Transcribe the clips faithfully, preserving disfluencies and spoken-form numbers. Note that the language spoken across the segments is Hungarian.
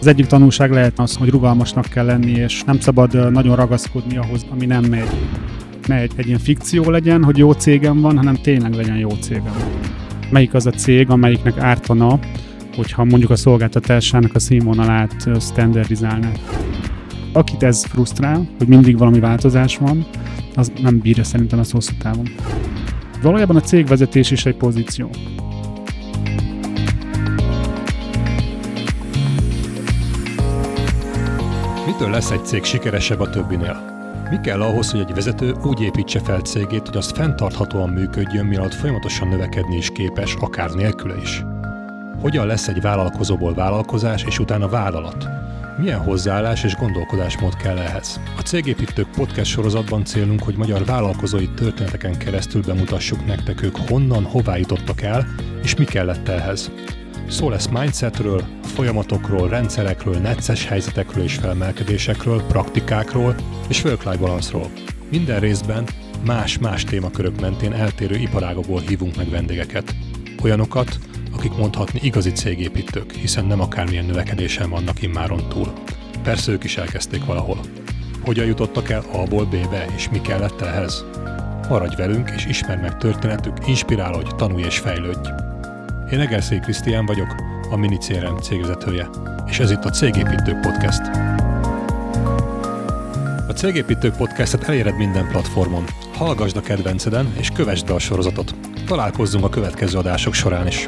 Az egyik tanulság lehet az, hogy rugalmasnak kell lenni, és nem szabad nagyon ragaszkodni ahhoz, ami nem megy. Ne egy, egy ilyen fikció legyen, hogy jó cégem van, hanem tényleg legyen jó cégem. Melyik az a cég, amelyiknek ártana, hogyha mondjuk a szolgáltatásának a színvonalát standardizálná. Akit ez frusztrál, hogy mindig valami változás van, az nem bírja szerintem ezt hosszú távon. Valójában a cégvezetés is egy pozíció. Mitől lesz egy cég sikeresebb a többinél? Mi kell ahhoz, hogy egy vezető úgy építse fel cégét, hogy az fenntarthatóan működjön, mielőtt folyamatosan növekedni is képes, akár nélküle is? Hogyan lesz egy vállalkozóból vállalkozás és utána vállalat? Milyen hozzáállás és gondolkodásmód kell ehhez? A Cégépítők podcast sorozatban célunk, hogy magyar vállalkozói történeteken keresztül bemutassuk nektek, ők honnan, hová jutottak el, és mi kellett ehhez. Szó lesz mindsetről, folyamatokról, rendszerekről, necces helyzetekről és felemelkedésekről, praktikákról és work-life balance-ról. Minden részben más-más témakörök mentén eltérő iparágokból hívunk meg vendégeket. Olyanokat, akik mondhatni igazi cégépítők, hiszen nem akármilyen növekedésen vannak immáron túl. Persze ők is elkezdték valahol. Hogyan jutottak el A-ból B-be, és mi kellett ehhez? Maradj velünk, és ismerd meg történetük, inspirálódj, tanulj és fejlődj. Én Egerszék Krisztián vagyok, a Mini cé er em cégvezetője, és ez itt a Cégépítők Podcast. A Cégépítők Podcastet eléred minden platformon. Hallgasd a kedvenceden, és kövessd be a sorozatot. Találkozzunk a következő adások során is.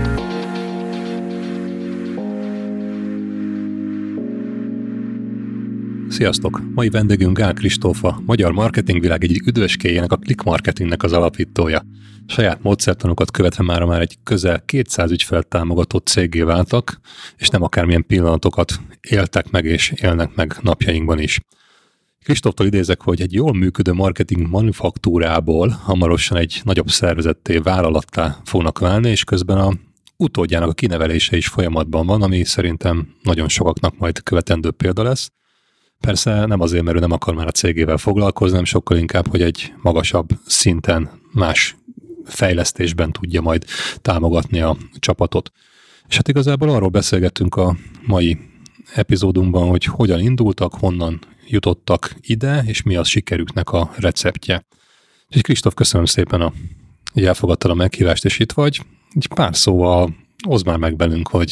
Sziasztok! Mai vendégünk Gál Kristófa, magyar marketingvilág egyik üdvöskéjének, a Click Marketingnek az alapítója. Saját módszertanokat követve mára már egy közel kétszáz ügyfelt támogató céggé váltak, és nem akármilyen pillanatokat éltek meg és élnek meg napjainkban is. Kristóftól idézek, hogy egy jól működő marketing manufaktúrából hamarosan egy nagyobb szervezetté, vállalattá fognak válni, és közben a utódjának a kinevelése is folyamatban van, ami szerintem nagyon sokaknak majd követendő példa lesz. Persze nem azért, mert ő nem akar már a cégével foglalkozni, hanem sokkal inkább, hogy egy magasabb szinten, más fejlesztésben tudja majd támogatni a csapatot. És hát igazából arról beszélgettünk a mai epizódunkban, hogy hogyan indultak, honnan jutottak ide, és mi az sikerüknek a receptje. És Kristóf, köszönöm szépen, a, hogy elfogadtad a meghívást, és itt vagy. Egy pár szóval oszd már meg velünk, hogy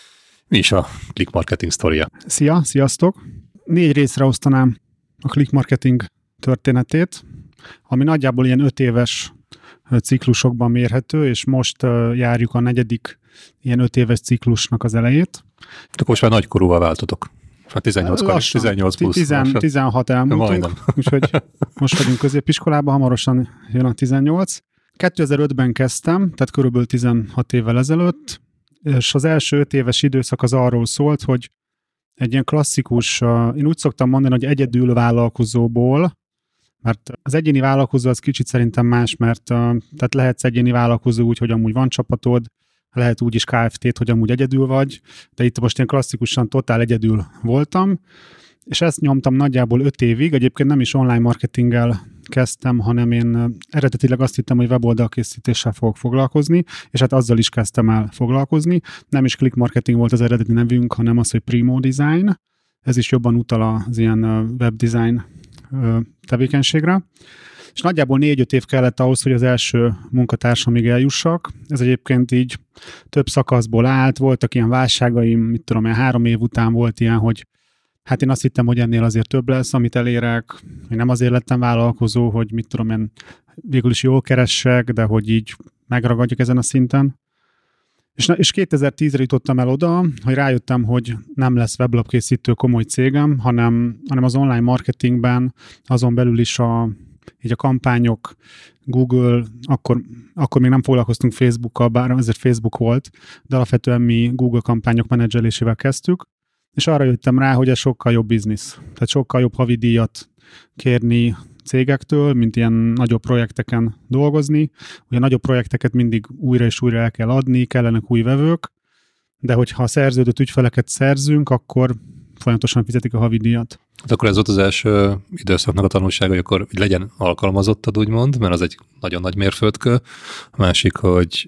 mi is a Click Marketing sztoria. Szia, sziasztok! Négy részre osztanám a Click Marketing történetét, ami nagyjából ilyen öt éves ciklusokban mérhető, és most járjuk a negyedik ilyen öt éves ciklusnak az elejét. Akkor most már nagykorúval váltotok. Már tizennyolc, tizennyolc plusz. tizenhat elmúltunk, úgyhogy most vagyunk középiskolában, hamarosan jön a tizennyolc. kétezer-ötben kezdtem, tehát körülbelül tizenhat évvel ezelőtt, és az első öt éves időszak az arról szólt, hogy egy ilyen klasszikus, én úgy szoktam mondani, hogy egyedül vállalkozóból, mert az egyéni vállalkozó az kicsit szerintem más, mert tehát lehetsz egyéni vállalkozó úgy, hogy amúgy van csapatod, lehet úgy is ká ef té-t, hogy amúgy egyedül vagy, de itt most én klasszikusan totál egyedül voltam, és ezt nyomtam nagyjából öt évig, egyébként nem is online marketinggel kezdtem, hanem én eredetileg azt hittem, hogy weboldalkészítéssel fogok foglalkozni, és hát azzal is kezdtem el foglalkozni. Nem is Click Marketing volt az eredeti nevünk, hanem az, hogy Primo Design. Ez is jobban utal az ilyen webdesign tevékenységre. És nagyjából négy-öt év kellett ahhoz, hogy az első munkatársamig eljussak. Ez egyébként így több szakaszból állt, voltak ilyen válságaim, mit tudom én, három év után volt ilyen, hogy hát én azt hittem, hogy ennél azért több lesz, amit elérek. Én nem azért lettem vállalkozó, hogy mit tudom én, végül is jól keressek, de hogy így megragadjuk ezen a szinten. És, és kétezer-tízre jutottam el oda, hogy rájöttem, hogy nem lesz weblapkészítő komoly cégem, hanem, hanem az online marketingben, azon belül is a, így a kampányok, Google, akkor, akkor még nem foglalkoztunk Facebookkal, bár ezért Facebook volt, de alapvetően mi Google kampányok menedzselésével kezdtük, és arra jöttem rá, hogy ez sokkal jobb biznisz. Tehát sokkal jobb havidíjat kérni cégektől, mint ilyen nagyobb projekteken dolgozni. Ugye nagyobb projekteket mindig újra és újra el kell adni, kellenek új vevők, de hogyha szerződött ügyfeleket szerzünk, akkor folyamatosan fizetik a havidíjat. Hát akkor ez volt az első időszaknak a tanulsága, hogy akkor hogy legyen alkalmazottad, úgymond, mert az egy nagyon nagy mérföldkő. A másik, hogy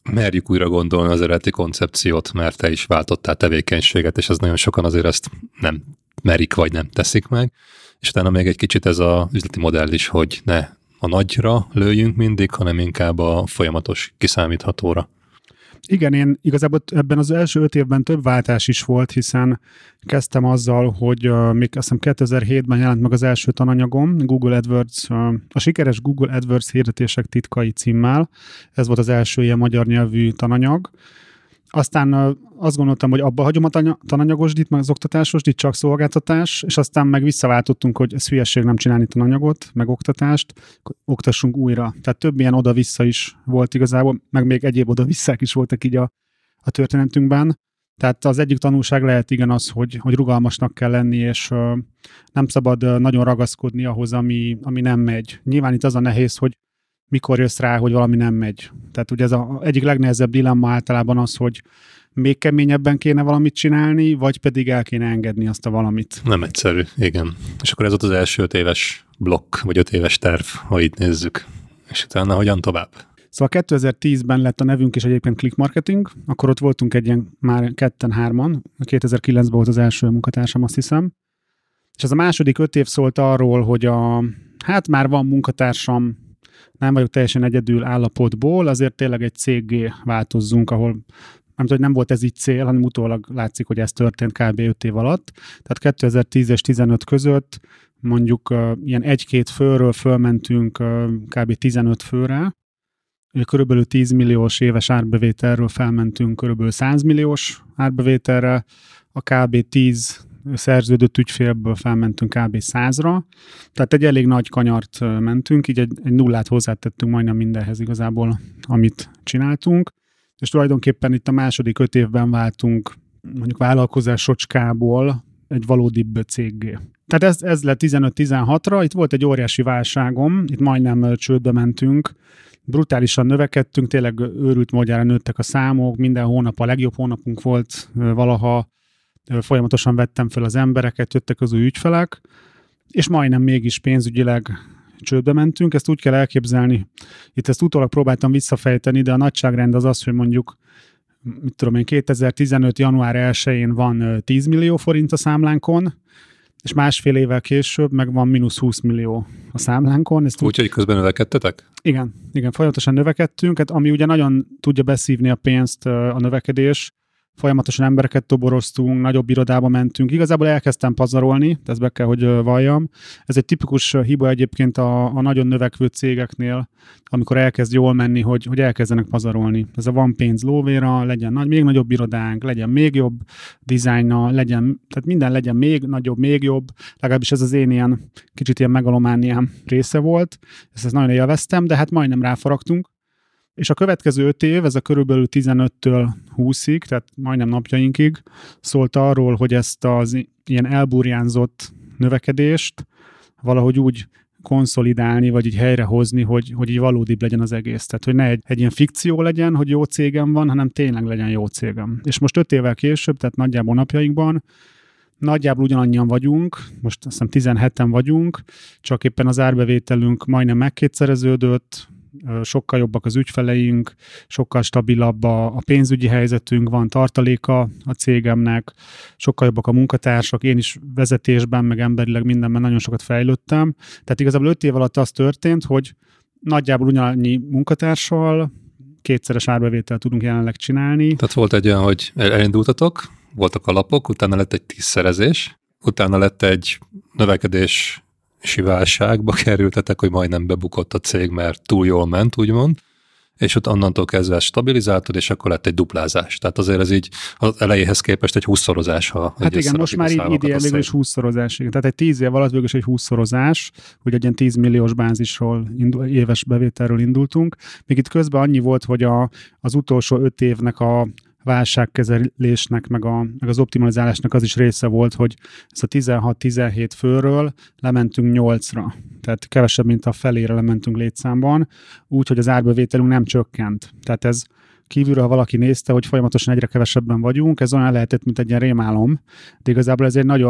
merjük újra gondolni az eredeti koncepciót, mert te is váltottál tevékenységet, és az nagyon sokan azért ezt nem merik, vagy nem teszik meg. És utána még egy kicsit ez az üzleti modell is, hogy ne a nagyra lőjünk mindig, hanem inkább a folyamatos kiszámíthatóra. Igen, én igazából ebben az első öt évben több váltás is volt, hiszen kezdtem azzal, hogy uh, még azt hiszem kétezer-hétben jelent meg az első tananyagom, Google AdWords, uh, a sikeres Google AdWords hirdetések titkai címmel. Ez volt az első ilyen magyar nyelvű tananyag. Aztán uh, azt gondoltam, hogy abba hagyom a tanya- tananyagosdit, meg az oktatásosdit, csak szolgáltatás, és aztán meg visszaváltottunk, hogy ez hülyeség nem csinálni tananyagot, meg oktatást, oktassunk újra. Tehát több ilyen oda-vissza is volt igazából, meg még egyéb oda-visszák is voltak így a, a történetünkben. Tehát az egyik tanulság lehet igen az, hogy, hogy rugalmasnak kell lenni, és uh, nem szabad uh, nagyon ragaszkodni ahhoz, ami, ami nem megy. Nyilván itt az a nehéz, hogy mikor jössz rá, hogy valami nem megy. Tehát ugye ez az egyik legnehezebb dilemma általában az, hogy még keményebben kéne valamit csinálni, vagy pedig el kéne engedni azt a valamit. Nem egyszerű, igen. És akkor ez ott az első öt éves blokk, vagy öt éves terv, ha így nézzük. És utána hogyan tovább? Szóval kétezer-tízben lett a nevünk is egyébként Click Marketing, akkor ott voltunk egy ilyen már ketten-hárman, kétezer-kilencben volt az első munkatársam, azt hiszem. És ez a második öt év szólt arról, hogy a, hát már van munkatársam, nem vagyok teljesen egyedül állapotból, azért tényleg egy céggé változzunk, ahol nem tudom, hogy nem volt ez így cél, hanem utólag látszik, hogy ez történt kb. öt év alatt. Tehát kétezer-tíz és tizenöt között mondjuk uh, ilyen egy-két főről fölmentünk uh, kb. tizenöt főre, ugye körülbelül tíz milliós éves árbevételről felmentünk körülbelül száz milliós árbevételre, a kb. tíz szerződött ügyfélből felmentünk kb. százra, tehát egy elég nagy kanyart mentünk, így egy, egy nullát hozzátettünk majdnem mindenhez igazából, amit csináltunk, és tulajdonképpen itt a második öt évben váltunk mondjuk vállalkozásocskából egy valódibb céggé. Tehát ez, ez lett tizenöt-tizenhatra, itt volt egy óriási válságom, itt majdnem csődbe mentünk, brutálisan növekedtünk, tényleg őrült módjára nőttek a számok, minden hónap a legjobb hónapunk volt valaha, folyamatosan vettem fel az embereket, jöttek az új ügyfelek, és majdnem mégis pénzügyileg csődbe mentünk, ezt úgy kell elképzelni. Itt ezt utólag próbáltam visszafejteni, de a nagyságrend az az, hogy mondjuk, mit tudom én, kétezer-tizenöt. január elsején van tíz millió forint a számlánkon, és másfél évvel később meg van mínusz húsz millió a számlánkon. Úgyhogy közben növekedtetek? Igen, igen, folyamatosan növekedtünk, hát ami ugye nagyon tudja beszívni a pénzt a növekedés, folyamatosan embereket toboroztunk, nagyobb irodába mentünk. Igazából elkezdtem pazarolni, ezt be kell, hogy valljam. Ez egy tipikus hiba egyébként a, a nagyon növekvő cégeknél, amikor elkezd jól menni, hogy, hogy elkezdenek pazarolni. Ez a van pénz lóvéra, legyen nagy, még nagyobb irodánk, legyen még jobb dizájna, legyen, tehát minden legyen még nagyobb, még jobb. Legalábbis ez az én ilyen kicsit ilyen megalomániám része volt. Ezt, ezt nagyon élveztem, de hát majdnem ráfaragtunk. És a következő öt év, ez a körülbelül tizenöttől húszig, tehát majdnem napjainkig szólt arról, hogy ezt az ilyen elburjánzott növekedést valahogy úgy konszolidálni, vagy így helyrehozni, hogy, hogy így valódibb legyen az egész. Tehát, hogy ne egy, egy ilyen fikció legyen, hogy jó cégem van, hanem tényleg legyen jó cégem. És most öt évvel később, tehát nagyjából napjainkban, nagyjából ugyanannyian vagyunk, most azt hiszem tizenheten vagyunk, csak éppen az árbevételünk majdnem megkétszereződött, sokkal jobbak az ügyfeleink, sokkal stabilabb a, a pénzügyi helyzetünk, van tartaléka a cégemnek, sokkal jobbak a munkatársak, én is vezetésben, meg emberileg mindenben nagyon sokat fejlődtem. Tehát igazából öt év alatt az történt, hogy nagyjából ugyanannyi munkatársal kétszeres árbevételt tudunk jelenleg csinálni. Tehát volt egy olyan, hogy elindultatok, voltak alapok, utána lett egy tízszerezés, utána lett egy növekedés válságba kerültetek, hogy majdnem bebukott a cég, mert túl jól ment, úgymond, és ott onnantól kezdve stabilizáltad, és akkor lett egy duplázás. Tehát azért ez így az elejéhez képest egy húszszorozás. Ha hát igen, most már így idén végül is húszszorozás. Tehát egy tíz év alatt végül is egy húszszorozás, ugye egy ilyen tíz milliós bázisról, indul, éves bevételről indultunk. Még itt közben annyi volt, hogy a, az utolsó öt évnek a válságkezelésnek, meg, a, meg az optimalizálásnak az is része volt, hogy ez a tizenhat-tizenhét főről lementünk nyolcra. Tehát kevesebb, mint a felére lementünk létszámban, úgyhogy az árbevételünk nem csökkent. Tehát ez kívülről, ha valaki nézte, hogy folyamatosan egyre kevesebben vagyunk, ez olyan lehetett, mint egy ilyen rémálom, de igazából ez egy nagyon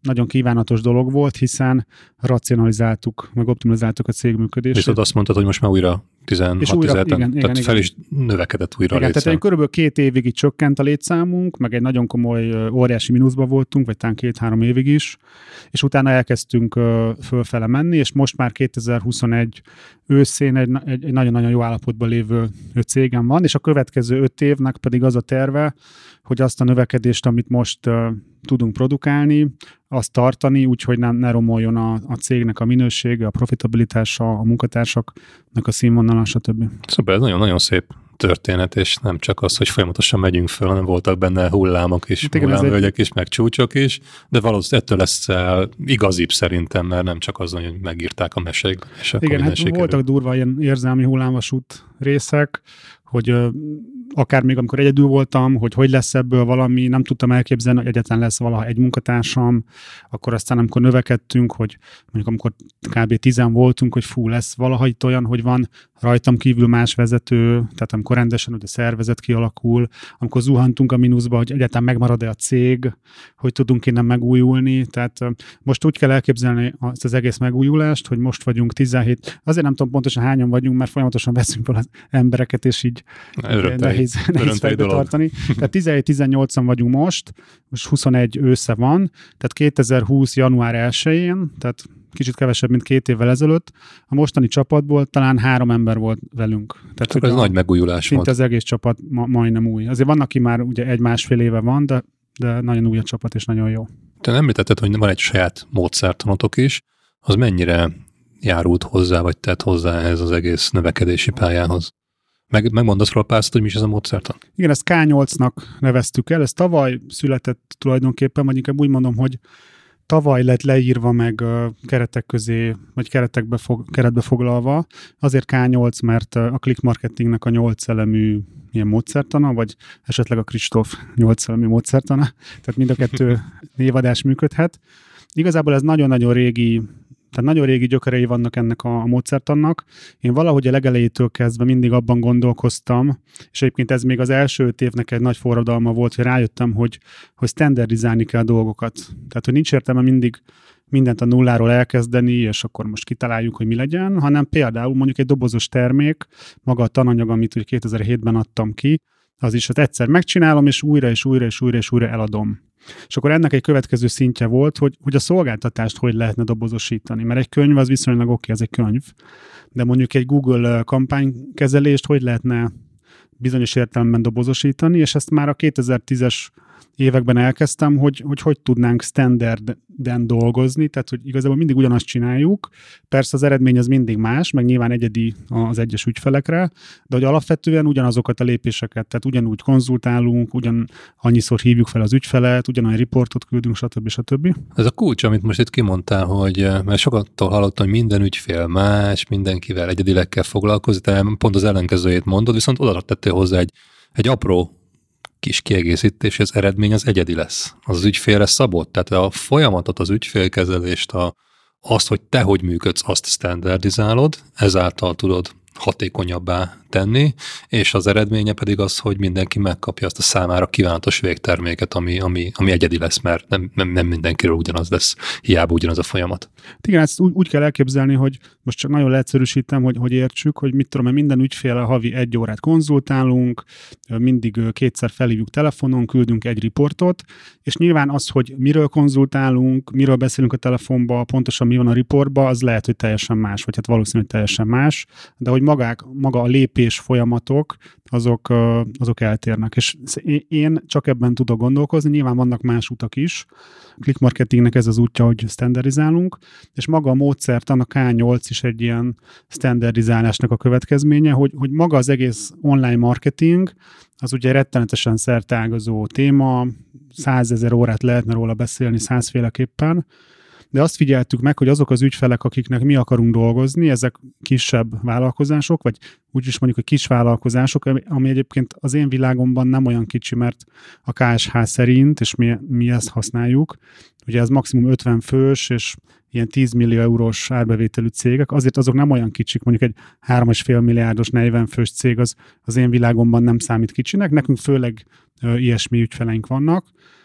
nagyon kívánatos dolog volt, hiszen racionalizáltuk, meg optimalizáltuk a cég működését. Viszont azt mondtad, hogy most már újra tizenhat tizenhet, tehát igen, fel is növekedett újra igen, a létszám. Tehát körülbelül két évig így csökkent a létszámunk, meg egy nagyon komoly, óriási mínuszban voltunk, vagy talán két-három évig is, és utána elkezdtünk fölfele menni, és most már kétezer-huszonegy őszén egy, egy, egy nagyon-nagyon jó állapotban lévő cégem van, és a következő öt évnek pedig az a terve, hogy azt a növekedést, amit most uh, tudunk produkálni, azt tartani, úgyhogy nem, ne romoljon a, a cégnek a minősége, a profitabilitása, a munkatársaknak a színvonala, stb. Szóval ez nagyon-nagyon szép történet, és nem csak az, hogy folyamatosan megyünk föl, hanem voltak benne hullámok is, hát hullámvölgyek is, meg csúcsok is, de valószínűleg ettől lesz igazibb szerintem, mert nem csak azon, hogy megírták a mesék. És igen, hát sikerül. Voltak durva ilyen érzelmi hullámvasút részek, hogy ö, akár még amikor egyedül voltam, hogy hogy lesz ebből valami, nem tudtam elképzelni, hogy egyetlen lesz valaha egy munkatársam, akkor aztán amikor növekedtünk, hogy mondjuk amikor kb. tízen voltunk, hogy fú, lesz valaha itt olyan, hogy van rajtam kívül más vezető, tehát amikor rendesen hogy a szervezet kialakul, amikor zuhantunk a mínuszba, hogy egyáltalán megmarad-e a cég, hogy tudunk innen megújulni, tehát most úgy kell elképzelni ezt az egész megújulást, hogy most vagyunk tizenhét, azért nem tudom pontosan hányan vagyunk, mert folyamatosan veszünk fel az embereket, és így nehéz, nehéz fejbe tartani. Tehát tizenhét-tizennyolcan vagyunk most, most huszonegy ősze van, tehát kétezer-húsz január elsején, tehát kicsit kevesebb, mint két évvel ezelőtt, a mostani csapatból talán három ember volt velünk. Tehát ez nagy megújulás volt. Az egész csapat ma, majdnem új. Azért van, aki már ugye egy-másfél éve van, de, de nagyon új a csapat, és nagyon jó. Te említetted, hogy van egy saját módszertanotok is, az mennyire járult hozzá, vagy tett hozzá ehhez az egész növekedési pályához? Meg, megmondasz róla pár szót, hogy mi is ez a módszertan? Igen, ezt ká nyolcnak neveztük el, ez tavaly született tulajdonképpen, vagy inkább úgy mondom, hogy tavaly lett leírva meg uh, keretek közé, vagy keretekbe fog, keretbe foglalva. Azért ká nyolc, mert uh, a click marketingnek a nyolc elemű ilyen módszertana, vagy esetleg a Kristóf nyolc elemű módszertana. Tehát mind a kettő névadás működhet. Igazából ez nagyon-nagyon régi, tehát nagyon régi gyökerei vannak ennek a, a módszertannak. Én valahogy a legelejétől kezdve mindig abban gondolkoztam, és egyébként ez még az első öt évnek egy nagy forradalma volt, hogy rájöttem, hogy, hogy standardizálni kell dolgokat. Tehát, hogy nincs értelme mindig mindent a nulláról elkezdeni, és akkor most kitaláljuk, hogy mi legyen, hanem például mondjuk egy dobozos termék, maga a tananyag, amit ugye kétezer-hétben adtam ki, az is, hogy egyszer megcsinálom, és újra, és újra, és újra, és újra eladom. És akkor ennek egy következő szintje volt, hogy, hogy a szolgáltatást hogy lehetne dobozosítani. Mert egy könyv az viszonylag oké, okay, ez egy könyv, de mondjuk egy Google kampánykezelést hogy lehetne bizonyos értelemben dobozosítani, és ezt már a kétezer-tízes években elkezdtem, hogy, hogy hogy tudnánk standarden dolgozni, tehát hogy igazából mindig ugyanazt csináljuk, persze az eredmény az mindig más, meg nyilván egyedi az egyes ügyfelekre, de hogy alapvetően ugyanazokat a lépéseket, tehát ugyanúgy konzultálunk, ugyan annyiszor hívjuk fel az ügyfelet, ugyanolyan riportot küldünk, stb. stb. Ez a kulcs, amit most itt kimondtál, hogy mert sokaktól hallottam, hogy minden ügyfél más, mindenkivel egyedileg kell foglalkozni, te pont az ellenkezőjét mondod, viszont oda tettél hozzá egy, egy apró kis kiegészítés, az eredmény az egyedi lesz. Az, az ügyfélre szabott, tehát a folyamatot, az ügyfélkezelést, a, azt, hogy te hogy működsz, azt standardizálod, ezáltal tudod hatékonyabbá tenni, és az eredménye pedig az, hogy mindenki megkapja azt a számára kívánatos végterméket, ami, ami, ami egyedi lesz, mert nem, nem, nem mindenkiről ugyanaz lesz, hiába ugyanaz a folyamat. Igen, ezt úgy, úgy kell elképzelni, hogy most csak nagyon leegyszerűsítem, hogy, hogy értsük, hogy mit tudom, minden ügyféllel havi egy órát konzultálunk, mindig kétszer felhívjuk telefonon, küldünk egy riportot, és nyilván az, hogy miről konzultálunk, miről beszélünk a telefonba, pontosan mi van a riportban, az lehet, hogy teljesen más, vagy hát valószínűleg teljesen más, de hogy magák, maga a lépés folyamatok, azok, azok eltérnek. És én csak ebben tudok gondolkozni, nyilván vannak más utak is. A click marketingnek ez az útja, hogy standardizálunk, és maga a módszertan, a ká nyolc is egy ilyen standardizálásnak a következménye, hogy, hogy maga az egész online marketing, az ugye rettenetesen szerteágazó téma, százezer órát lehetne róla beszélni százféleképpen, de azt figyeltük meg, hogy azok az ügyfelek, akiknek mi akarunk dolgozni, ezek kisebb vállalkozások, vagy úgy is mondjuk, hogy kis vállalkozások, ami egyébként az én világomban nem olyan kicsi, mert a ká es há szerint, és mi, mi ezt használjuk, ugye ez maximum ötven fős, és ilyen tíz millió eurós árbevételű cégek, azért azok nem olyan kicsik, mondjuk egy három egész öt milliárdos negyven fős cég az, az én világomban nem számít kicsinek, nekünk főleg ö, ilyesmi ügyfeleink vannak.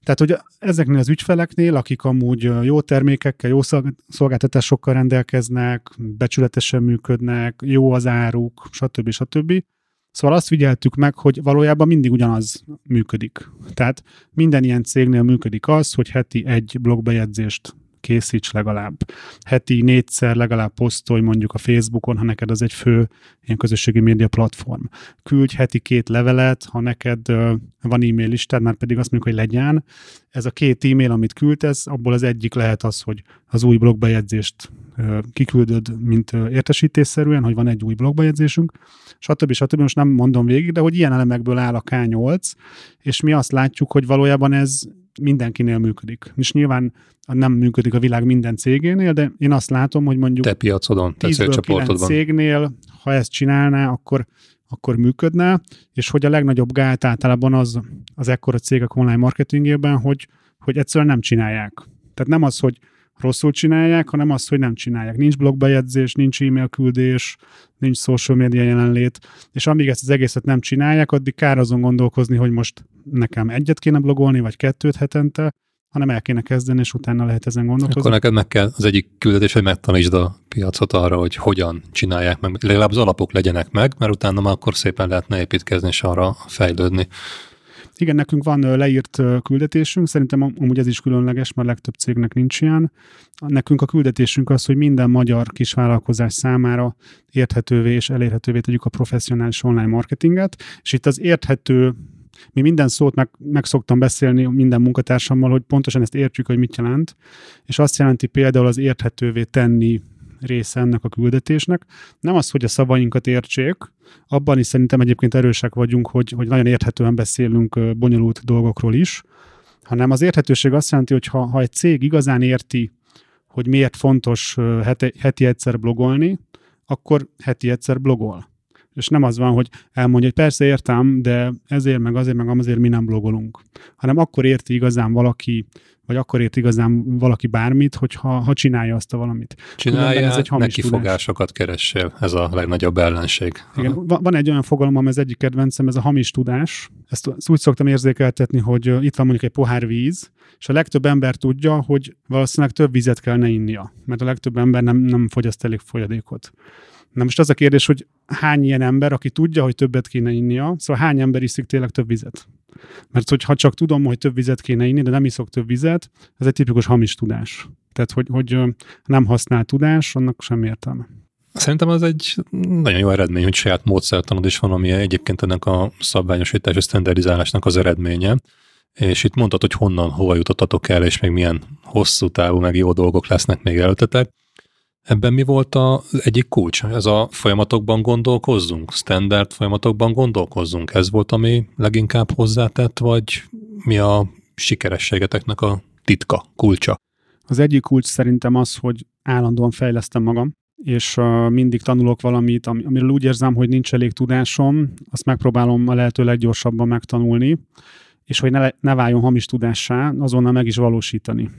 Tehát, hogy ezeknél az ügyfeleknél, akik amúgy jó termékekkel, jó szolgáltatásokkal rendelkeznek, becsületesen működnek, jó az áruk, stb. stb. Szóval azt figyeltük meg, hogy valójában mindig ugyanaz működik. Tehát minden ilyen cégnél működik az, hogy heti egy blogbejegyzést készíts legalább. Heti négyszer legalább posztolj mondjuk a Facebookon, ha neked az egy fő ilyen közösségi média platform. Küldj heti két levelet, ha neked uh, van e-mail listád, már pedig azt mondjuk, hogy legyen. Ez a két e-mail, amit küldesz, abból az egyik lehet az, hogy az új blogbejegyzést uh, kiküldöd, mint uh, értesítésszerűen, hogy van egy új blogbejegyzésünk, stb. stb. Most nem mondom végig, de hogy ilyen elemekből áll a ká nyolc, és mi azt látjuk, hogy valójában ez mindenkinél működik. És nyilván nem működik a világ minden cégénél, de én azt látom, hogy mondjuk te piacodon, te célcsoportodban. cégnél, ha ezt csinálná, akkor, akkor működne, és hogy a legnagyobb gát általában az, az ekkora cégek online marketingében, hogy, hogy egyszerűen nem csinálják. Tehát nem az, hogy rosszul csinálják, hanem az, hogy nem csinálják. Nincs blogbejegyzés, nincs e-mail küldés, nincs social media jelenlét, és amíg ezt az egészet nem csinálják, addig kár azon gondolkozni, hogy most nekem egyet kéne blogolni, vagy kettőt hetente, hanem el kéne kezdeni, és utána lehet ezen gondolkozni. Akkor neked meg kell az egyik küldetés, hogy megtanítsd a piacot arra, hogy hogyan csinálják meg. Legalább az alapok legyenek meg, mert utána már akkor szépen lehetne építkezni, és arra fejlődni. Igen, nekünk van leírt küldetésünk, szerintem amúgy ez is különleges, mert legtöbb cégnek nincs ilyen. Nekünk a küldetésünk az, hogy minden magyar kisvállalkozás számára érthetővé és elérhetővé tegyük a professzionális online marketinget, és itt az érthető, mi minden szót meg, meg szoktam beszélni minden munkatársammal, hogy pontosan ezt értjük, hogy mit jelent, és azt jelenti például az érthetővé tenni része ennek a küldetésnek. Nem az, hogy a szavainkat értsék, abban is szerintem egyébként erősek vagyunk, hogy, hogy nagyon érthetően beszélünk bonyolult dolgokról is, hanem az érthetőség azt jelenti, hogy ha, ha egy cég igazán érti, hogy miért fontos heti, heti egyszer blogolni, akkor heti egyszer blogol. És nem az van, hogy elmondja, hogy persze értem, de ezért, meg azért, meg azért mi nem blogolunk. Hanem akkor érti igazán valaki, vagy akkor érti igazán valaki bármit, hogyha ha csinálja azt a valamit. Csinálja, neki fogásokat keressél. Ez a legnagyobb ellenség. Igen, van egy olyan fogalom, ami az egyik kedvencem, ez a hamis tudás. Ezt, ezt úgy szoktam érzékeltetni, hogy itt van mondjuk egy pohár víz, és a legtöbb ember tudja, hogy valószínűleg több vizet kell ne innia, mert a legtöbb ember nem, nem fogyaszt elég folyadékot. Na most az a kérdés, hogy hány ilyen ember, aki tudja, hogy többet kéne innia, szóval hány ember iszik tényleg több vizet? Mert hogyha csak tudom, hogy több vizet kéne inni, de nem iszok több vizet, ez egy tipikus hamis tudás. Tehát, hogy, hogy nem használ tudás, annak sem értelme. Szerintem az egy nagyon jó eredmény, hogy saját módszertanod is van, ami egyébként ennek a szabványosítás és standardizálásnak az eredménye. És itt mondtad, hogy honnan, hova jutottatok el, és még milyen hosszú távú, meg jó dolgok lesznek még előttetek. Ebben mi volt az egyik kulcs? Ez a folyamatokban gondolkozzunk? Standard folyamatokban gondolkozzunk? Ez volt, ami leginkább hozzátett, vagy mi a sikerességeteknek a titka, kulcsa? Az egyik kulcs szerintem az, hogy állandóan fejlesztem magam, és uh, mindig tanulok valamit, am- amiről úgy érzem, hogy nincs elég tudásom, azt megpróbálom a lehető leggyorsabban megtanulni, és hogy ne, ne váljon hamis tudássá, azonnal meg is valósítani.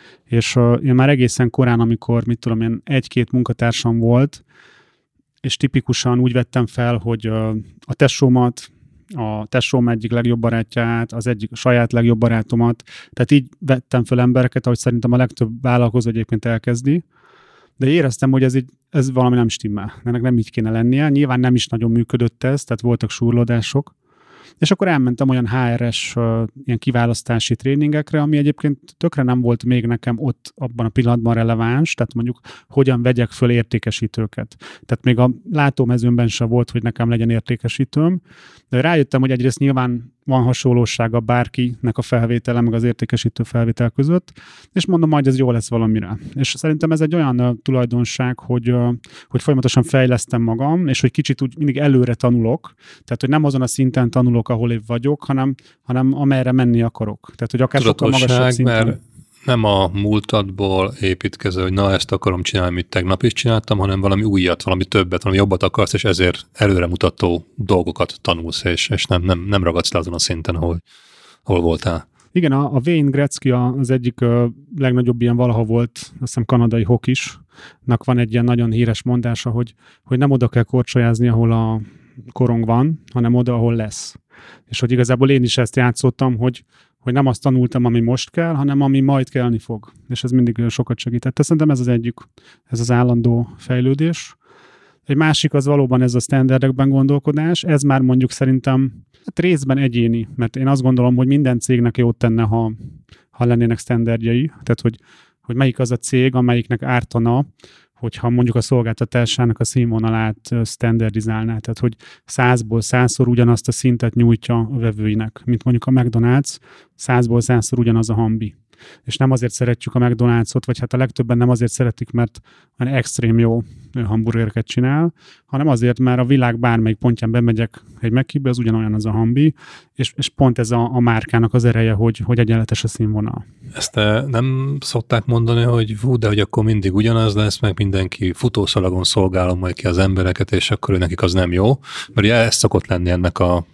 És uh, én már egészen korán, amikor, mit tudom én, egy-két munkatársam volt, és tipikusan úgy vettem fel, hogy uh, a tesómat, a tesóm egyik legjobb barátját, az egyik a saját legjobb barátomat, tehát így vettem fel embereket, ahogy szerintem a legtöbb vállalkozó egyébként elkezdi, de éreztem, hogy ez, így, ez valami nem stimmel, ennek nem így kéne lennie. Nyilván nem is nagyon működött ez, tehát voltak súrlódások. És akkor elmentem olyan há er es uh, ilyen kiválasztási tréningekre, ami egyébként tökre nem volt még nekem ott abban a pillanatban releváns, tehát mondjuk hogyan vegyek föl értékesítőket. Tehát még a látómezőmben sem volt, hogy nekem legyen értékesítőm, de rájöttem, hogy egyrészt nyilván van hasonlósága bárkinek a felvétele, meg az értékesítő felvétel között, és mondom, majd ez jó lesz valamire. És szerintem ez egy olyan uh, tulajdonság, hogy, uh, hogy folyamatosan fejlesztem magam, és hogy kicsit úgy mindig előre tanulok, tehát hogy nem azon a szinten tanulok, ahol én vagyok, hanem, hanem amerre menni akarok. Tehát, hogy akár sokkal magasabb szinten. Mert nem a múltadból építkező, hogy na ezt akarom csinálni, amit tegnap is csináltam, hanem valami újat, valami többet, valami jobbat akarsz, és ezért előremutató dolgokat tanulsz, és, és nem, nem, nem ragadsz le azon a szinten, ahol, ahol voltál. Igen, a, a Wayne Gretzky az egyik uh, legnagyobb ilyen valaha volt, azt hiszem kanadai hokisnak van egy ilyen nagyon híres mondása, hogy, hogy nem oda kell korcsolyázni, ahol a korong van, hanem oda, ahol lesz. És hogy igazából én is ezt játszottam, hogy, hogy nem azt tanultam, ami most kell, hanem ami majd kellni fog. És ez mindig sokat segített. Szerintem ez az egyik, ez az állandó fejlődés. Egy másik az valóban ez a standardekben gondolkodás. Ez már mondjuk szerintem hát részben egyéni, mert én azt gondolom, hogy minden cégnek jót tenne, ha, ha lennének standardjai. Tehát, hogy, hogy melyik az a cég, amelyiknek ártana, hogyha mondjuk a szolgáltatásának a színvonalát standardizálná, tehát hogy százból százszor ugyanazt a szintet nyújtja a vevőinek, mint mondjuk a McDonald's, százból százszor ugyanaz a hambi. És nem azért szeretjük a McDonald's-ot, vagy hát a legtöbben nem azért szeretik, mert olyan extrém jó hamburgereket csinál, hanem azért, mert a világ bármelyik pontján bemegyek egy Mckibe, az ugyanolyan az a hambi, és, és pont ez a, a márkának az ereje, hogy, hogy egyenletes a színvonal. Ezt nem szokták mondani, hogy hú, de hogy akkor mindig ugyanaz lesz, meg mindenki futószalagon szolgálom majd ki az embereket, és akkor nekik az nem jó, mert ugye ez szokott lenni ennek a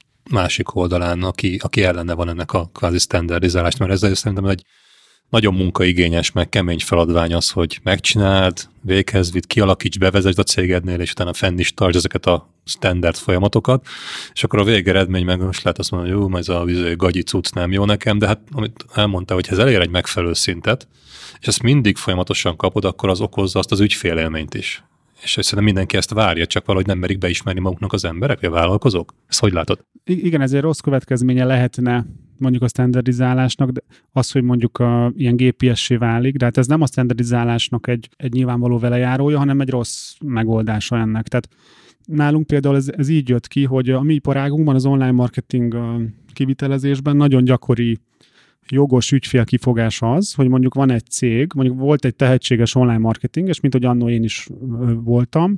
másik oldalán, aki, aki ellene van ennek a kvázi standardizálást, mert ezzel szerintem egy nagyon munkaigényes, meg kemény feladvány az, hogy megcsináld, véghez vidd, kialakíts, bevezesd a cégednél, és utána fenn is tartsd ezeket a standard folyamatokat, és akkor a végeredmény meg most lehet azt mondani, hogy jó, ez a bizony gagyi cucc nem jó nekem, de hát amit elmondta, hogy ha ez elér egy megfelelő szintet, és ezt mindig folyamatosan kapod, akkor az okozza azt az ügyfélélményt is. És szerintem mindenki ezt várja, csak valahogy nem merik beismerni maguknak az emberek, vagy a vállalkozók. Ezt hogy látod? I- igen, ezért rossz következménye lehetne mondjuk a standardizálásnak, de az, hogy mondjuk a, ilyen gé pé es-sé válik, de hát ez nem a standardizálásnak egy, egy nyilvánvaló velejárója, hanem egy rossz megoldása ennek. Tehát nálunk például ez, ez így jött ki, hogy a mi iparágunkban az online marketing kivitelezésben nagyon gyakori jogos ügyfélkifogás az, hogy mondjuk van egy cég, mondjuk volt egy tehetséges online marketing, és mint hogy annó én is voltam,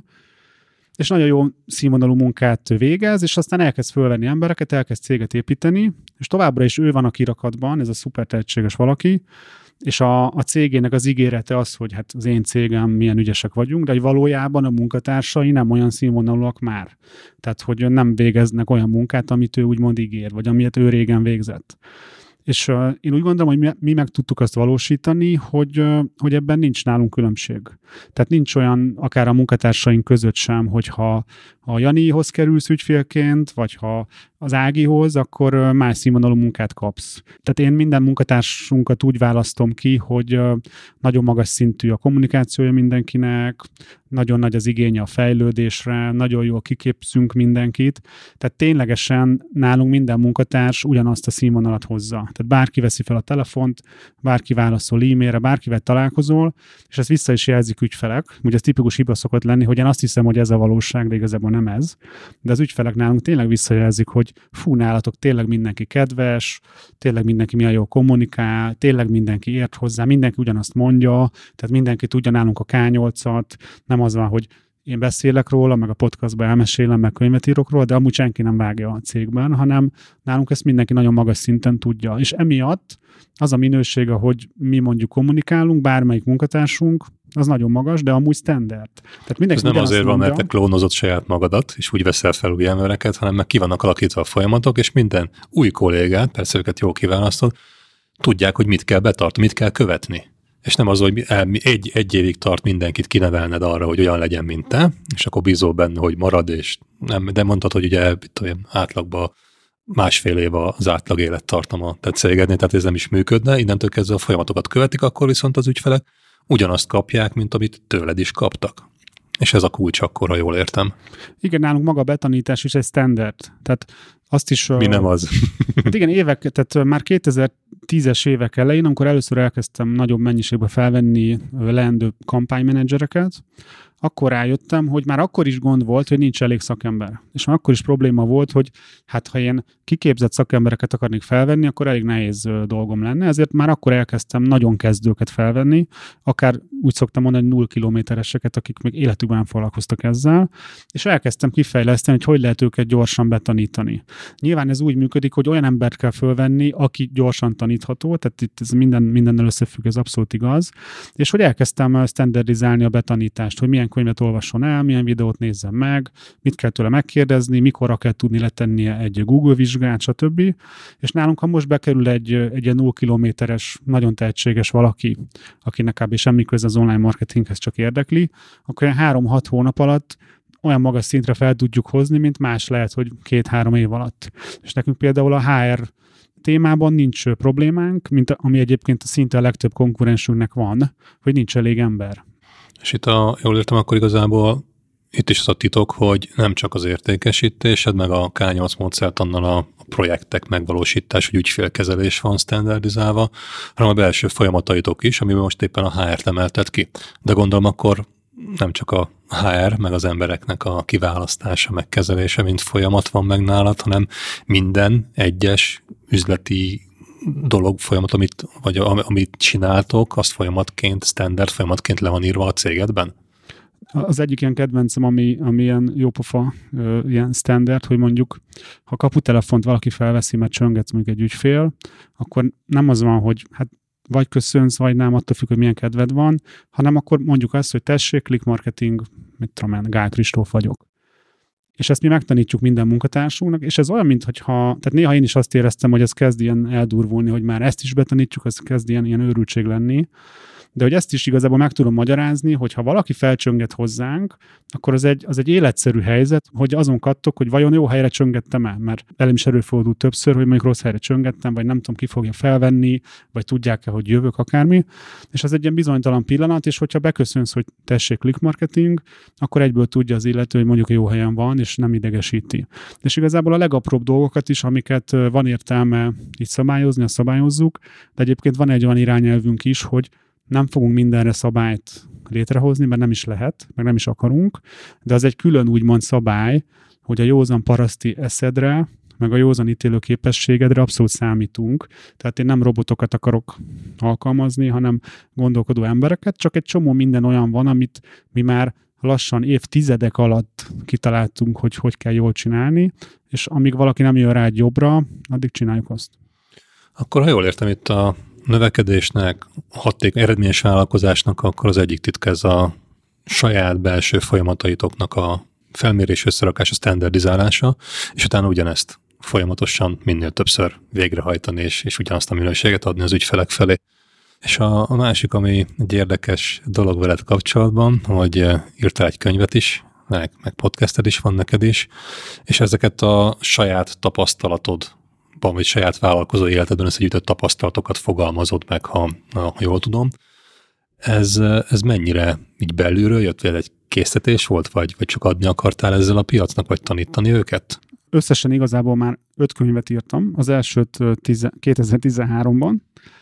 és nagyon jó színvonalú munkát végez, és aztán elkezd fölvenni embereket, elkezd céget építeni, és továbbra is ő van a kirakatban, ez a szuper tehetséges valaki, és a, a cégének az ígérete az, hogy hát az én cégem milyen ügyesek vagyunk, de hogy valójában a munkatársai nem olyan színvonalúak már. Tehát, hogy nem végeznek olyan munkát, amit ő úgymond ígér, vagy amit ő régen végzett. És uh, én úgy gondolom, hogy mi, mi meg tudtuk azt valósítani, hogy, uh, hogy ebben nincs nálunk különbség. Tehát nincs olyan, akár a munkatársaink között sem, hogyha a Janihoz kerülsz ügyfélként, vagy ha az Ágihoz, akkor uh, más színvonalú munkát kapsz. Tehát én minden munkatársunkat úgy választom ki, hogy uh, nagyon magas szintű a kommunikációja mindenkinek, nagyon nagy az igénye a fejlődésre, nagyon jól kiképzünk mindenkit. Tehát ténylegesen nálunk minden munkatárs ugyanazt a színvonalat hozza. Tehát bárki veszi fel a telefont, bárki válaszol e-mailre, bárkivel találkozol, és ezt vissza is jelzik ügyfelek. Ugye ez tipikus hiba szokott lenni, hogy én azt hiszem, hogy ez a valóság, de igazából nem ez. De az ügyfelek nálunk tényleg visszajelzik, hogy fú, nálatok tényleg mindenki kedves, tényleg mindenki milyen jól kommunikál, tényleg mindenki ért hozzá, mindenki ugyanazt mondja, tehát mindenki tudja nálunk a ká nyolcat, nem az van, hogy én beszélek róla, meg a podcastban elmesélem, meg könyvet írok róla, de amúgy senki nem vágja a cégben, hanem nálunk ezt mindenki nagyon magas szinten tudja. És emiatt az a minősége, hogy mi mondjuk kommunikálunk, bármelyik munkatársunk, az nagyon magas, de amúgy standard. Tehát mindenki ez nem azért van, mondja, mert te klónozott saját magadat, és úgy veszel fel új embereket, hanem meg ki vannak alakítva a folyamatok, és minden új kollégát, persze őket jól kiválasztod, tudják, hogy mit kell betartani, mit kell követni. És nem az, hogy egy, egy évig tart mindenkit kinevelned arra, hogy olyan legyen, mint te, és akkor bízol benne, hogy marad, és nem, de mondtad, hogy ugye olyan átlagban másfél év az átlag élettartama te cégednél, tehát ez nem is működne, innentől kezdve a folyamatokat követik, akkor viszont az ügyfelek ugyanazt kapják, mint amit tőled is kaptak. És ez a kulcs akkor, ha jól értem. Igen, nálunk maga a betanítás is egy standard. Tehát azt is... Mi nem az? Hát igen, évek, tehát már kétezer-tízes évek elején, amikor először elkezdtem nagyobb mennyiségbe felvenni leendő kampánymenedzsereket, akkor rájöttem, hogy már akkor is gond volt, hogy nincs elég szakember. És már akkor is probléma volt, hogy hát ha én kiképzett szakembereket akarnék felvenni, akkor elég nehéz dolgom lenne, ezért már akkor elkezdtem nagyon kezdőket felvenni, akár úgy szoktam mondani, null kilométereseket, akik még életükben nem foglalkoztak ezzel, és elkezdtem kifejleszteni, hogy hogy lehet őket gyorsan betanítani. Nyilván ez úgy működik, hogy olyan embert kell fölvenni, aki gyorsan tanítható, tehát itt ez minden, mindennel összefügg, ez abszolút igaz, és hogy elkezdtem standardizálni a betanítást, hogy milyen könyvet olvasson el, milyen videót nézzen meg, mit kell tőle megkérdezni, mikorra kell tudni letennie egy Google vizsgát, stb. És nálunk, ha most bekerül egy, egy ilyen nulla kilométeres, nagyon tehetséges valaki, akinek kb. Semmi köze az online marketinghez, csak érdekli, akkor ilyen három-hat hónap alatt olyan magas szintre fel tudjuk hozni, mint más lehet, hogy két-három év alatt. És nekünk például a há er témában nincs problémánk, mint ami egyébként szinte a legtöbb konkurensünknek van, hogy nincs elég ember. És itt, a, jól értem, akkor igazából itt is az a titok, hogy nem csak az értékesítésed, meg a ká nyolc módszertannal a projektek megvalósítás, hogy ügyfélkezelés van standardizálva, hanem a belső folyamataitok is, amiben most éppen a há er-t emelted ki. De gondolom akkor nem csak a há er, meg az embereknek a kiválasztása, megkezelése, mint folyamat van meg nálad, hanem minden egyes üzleti dolog, folyamat, amit, vagy amit csináltok, azt folyamatként, standard folyamatként le van írva a cégedben? Az egyik ilyen kedvencem, ami, ami ilyen jópofa, ilyen standard, hogy mondjuk, ha kaputelefont valaki felveszi, mert csöngetsz mondjuk egy ügyfél, akkor nem az van, hogy hát vagy köszönsz, vagy nem, attól függ, hogy milyen kedved van, hanem akkor mondjuk azt, hogy tessék, click marketing, mit tudom én, Gál Kristóf vagyok. És ezt mi megtanítjuk minden munkatársunknak, és ez olyan, mintha, tehát néha én is azt éreztem, hogy ez kezd ilyen eldurvulni, hogy már ezt is betanítjuk, ez kezd ilyen, ilyen őrültség lenni. De hogy ezt is igazából meg tudom magyarázni, hogy ha valaki felcsönget hozzánk, akkor az egy, az egy életszerű helyzet, hogy azon kattok, hogy vajon jó helyre csöngettem-e, mert velem is előfordult többször, hogy mondjuk rossz helyre csöngettem, vagy nem tudom, ki fogja felvenni, vagy tudják-e, hogy jövök, akármi. És ez egy ilyen bizonytalan pillanat, és hogyha beköszönsz, hogy tessék click marketing, akkor egyből tudja az illető, hogy mondjuk jó helyen van, és nem idegesíti. És igazából a legapróbb dolgokat is, amiket van értelme így szabályozni, azt szabályozzuk, de egyébként van egy olyan irányelvünk is, hogy nem fogunk mindenre szabályt létrehozni, mert nem is lehet, meg nem is akarunk, de az egy külön úgymond szabály, hogy a józan paraszti eszedre, meg a józan ítélő képességedre abszolút számítunk. Tehát én nem robotokat akarok alkalmazni, hanem gondolkodó embereket, csak egy csomó minden olyan van, amit mi már lassan évtizedek alatt kitaláltunk, hogy hogy kell jól csinálni, és amíg valaki nem jön rá egy jobbra, addig csináljuk azt. Akkor, ha jól értem, itt a növekedésnek, hatékony, eredményes vállalkozásnak, akkor az egyik titka ez a saját belső folyamataitoknak a felmérés, összerakás, a standardizálása, és utána ugyanezt folyamatosan minél többször végrehajtani, és, és ugyanazt a minőséget adni az ügyfelek felé. És a, a másik, ami egy érdekes dolog veled kapcsolatban, hogy írtál egy könyvet is, meg, meg podcasted is van neked is, és ezeket a saját tapasztalatod vagy saját vállalkozó életedben összegyűjtött tapasztalatokat fogalmazod meg, ha, ha jól tudom. Ez, ez mennyire így belülről jött, vagy egy késztetés volt, vagy, vagy csak adni akartál ezzel a piacnak, vagy tanítani őket? Összesen igazából már öt könyvet írtam, az elsőt kétezer-tizenháromban,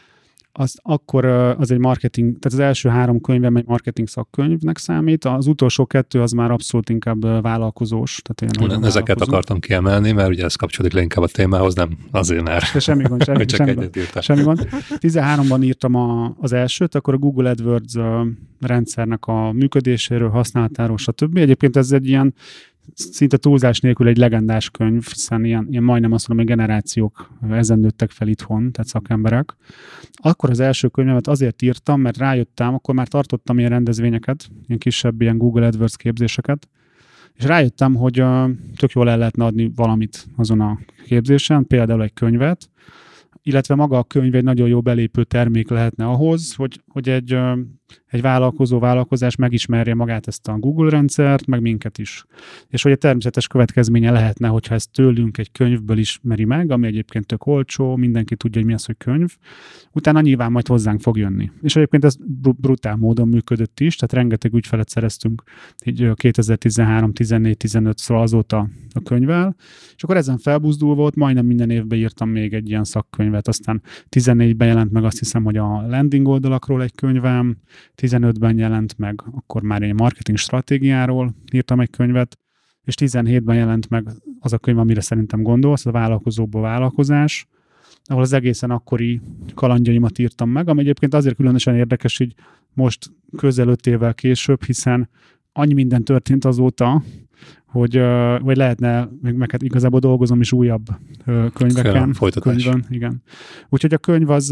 az akkor az egy marketing, tehát az első három könyvem egy marketing szakkönyvnek számít, az utolsó kettő az már abszolút inkább vállalkozós. Tehát ilyen ezeket akartam kiemelni, mert ugye ez kapcsolódik leginkább a témához, nem azért már. De semmi gond, semmi, semmi, gond, semmi gond. tizenháromban írtam a, az elsőt, akkor a Google AdWords rendszernek a működéséről, használatáról, stb. Egyébként ez egy ilyen szinte túlzás nélkül egy legendás könyv, hiszen ilyen, ilyen majdnem azt mondom, hogy generációk ezen nőttek fel itthon, tehát szakemberek. Akkor az első könyvemet azért írtam, mert rájöttem, akkor már tartottam ilyen rendezvényeket, ilyen kisebb ilyen Google AdWords képzéseket, és rájöttem, hogy uh, tök jól el lehetne adni valamit azon a képzésen, például egy könyvet, illetve maga a könyv egy nagyon jó belépő termék lehetne ahhoz, hogy, hogy egy, egy vállalkozó vállalkozás megismerje magát ezt a Google rendszert, meg minket is. És hogy egy természetes következménye lehetne, hogyha ezt tőlünk egy könyvből ismeri meg, ami egyébként tök olcsó, mindenki tudja, hogy mi az, hogy könyv, utána nyilván majd hozzánk fog jönni. És egyébként ez brutál módon működött is, tehát rengeteg ügyfelet szereztünk így kétezer-tizenhárom, tizennégy, tizenöt szóval azóta a könyvvel, és akkor ezen felbuzdul volt, majdnem minden évben írtam még egy ilyen szakkönyvet, aztán tizennégyben jelent meg azt hiszem, hogy a landing oldalakról egy könyvem, tizenötben jelent meg, akkor már egy marketing stratégiáról írtam egy könyvet, és tizenhétben jelent meg az a könyv, amire szerintem gondolsz, a vállalkozóból vállalkozás, ahol az egészen akkori kalandjaimat írtam meg, ami egyébként azért különösen érdekes, így most közel öt évvel később, hiszen annyi minden történt azóta, hogy vagy lehetne, meg, meg hát igazából dolgozom is újabb könyveken. Könyvön, igen. Úgyhogy a könyv az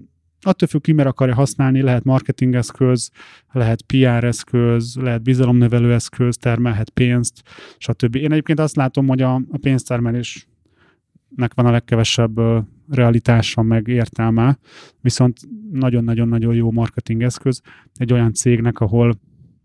attól függ, ki mer akarja használni, lehet marketing eszköz, lehet pé er eszköz, lehet bizalomnövelő eszköz, termelhet pénzt, stb. Én egyébként azt látom, hogy a, a pénztermelésnek van a legkevesebb realitása, meg értelme, viszont nagyon-nagyon-nagyon jó marketing eszköz egy olyan cégnek, ahol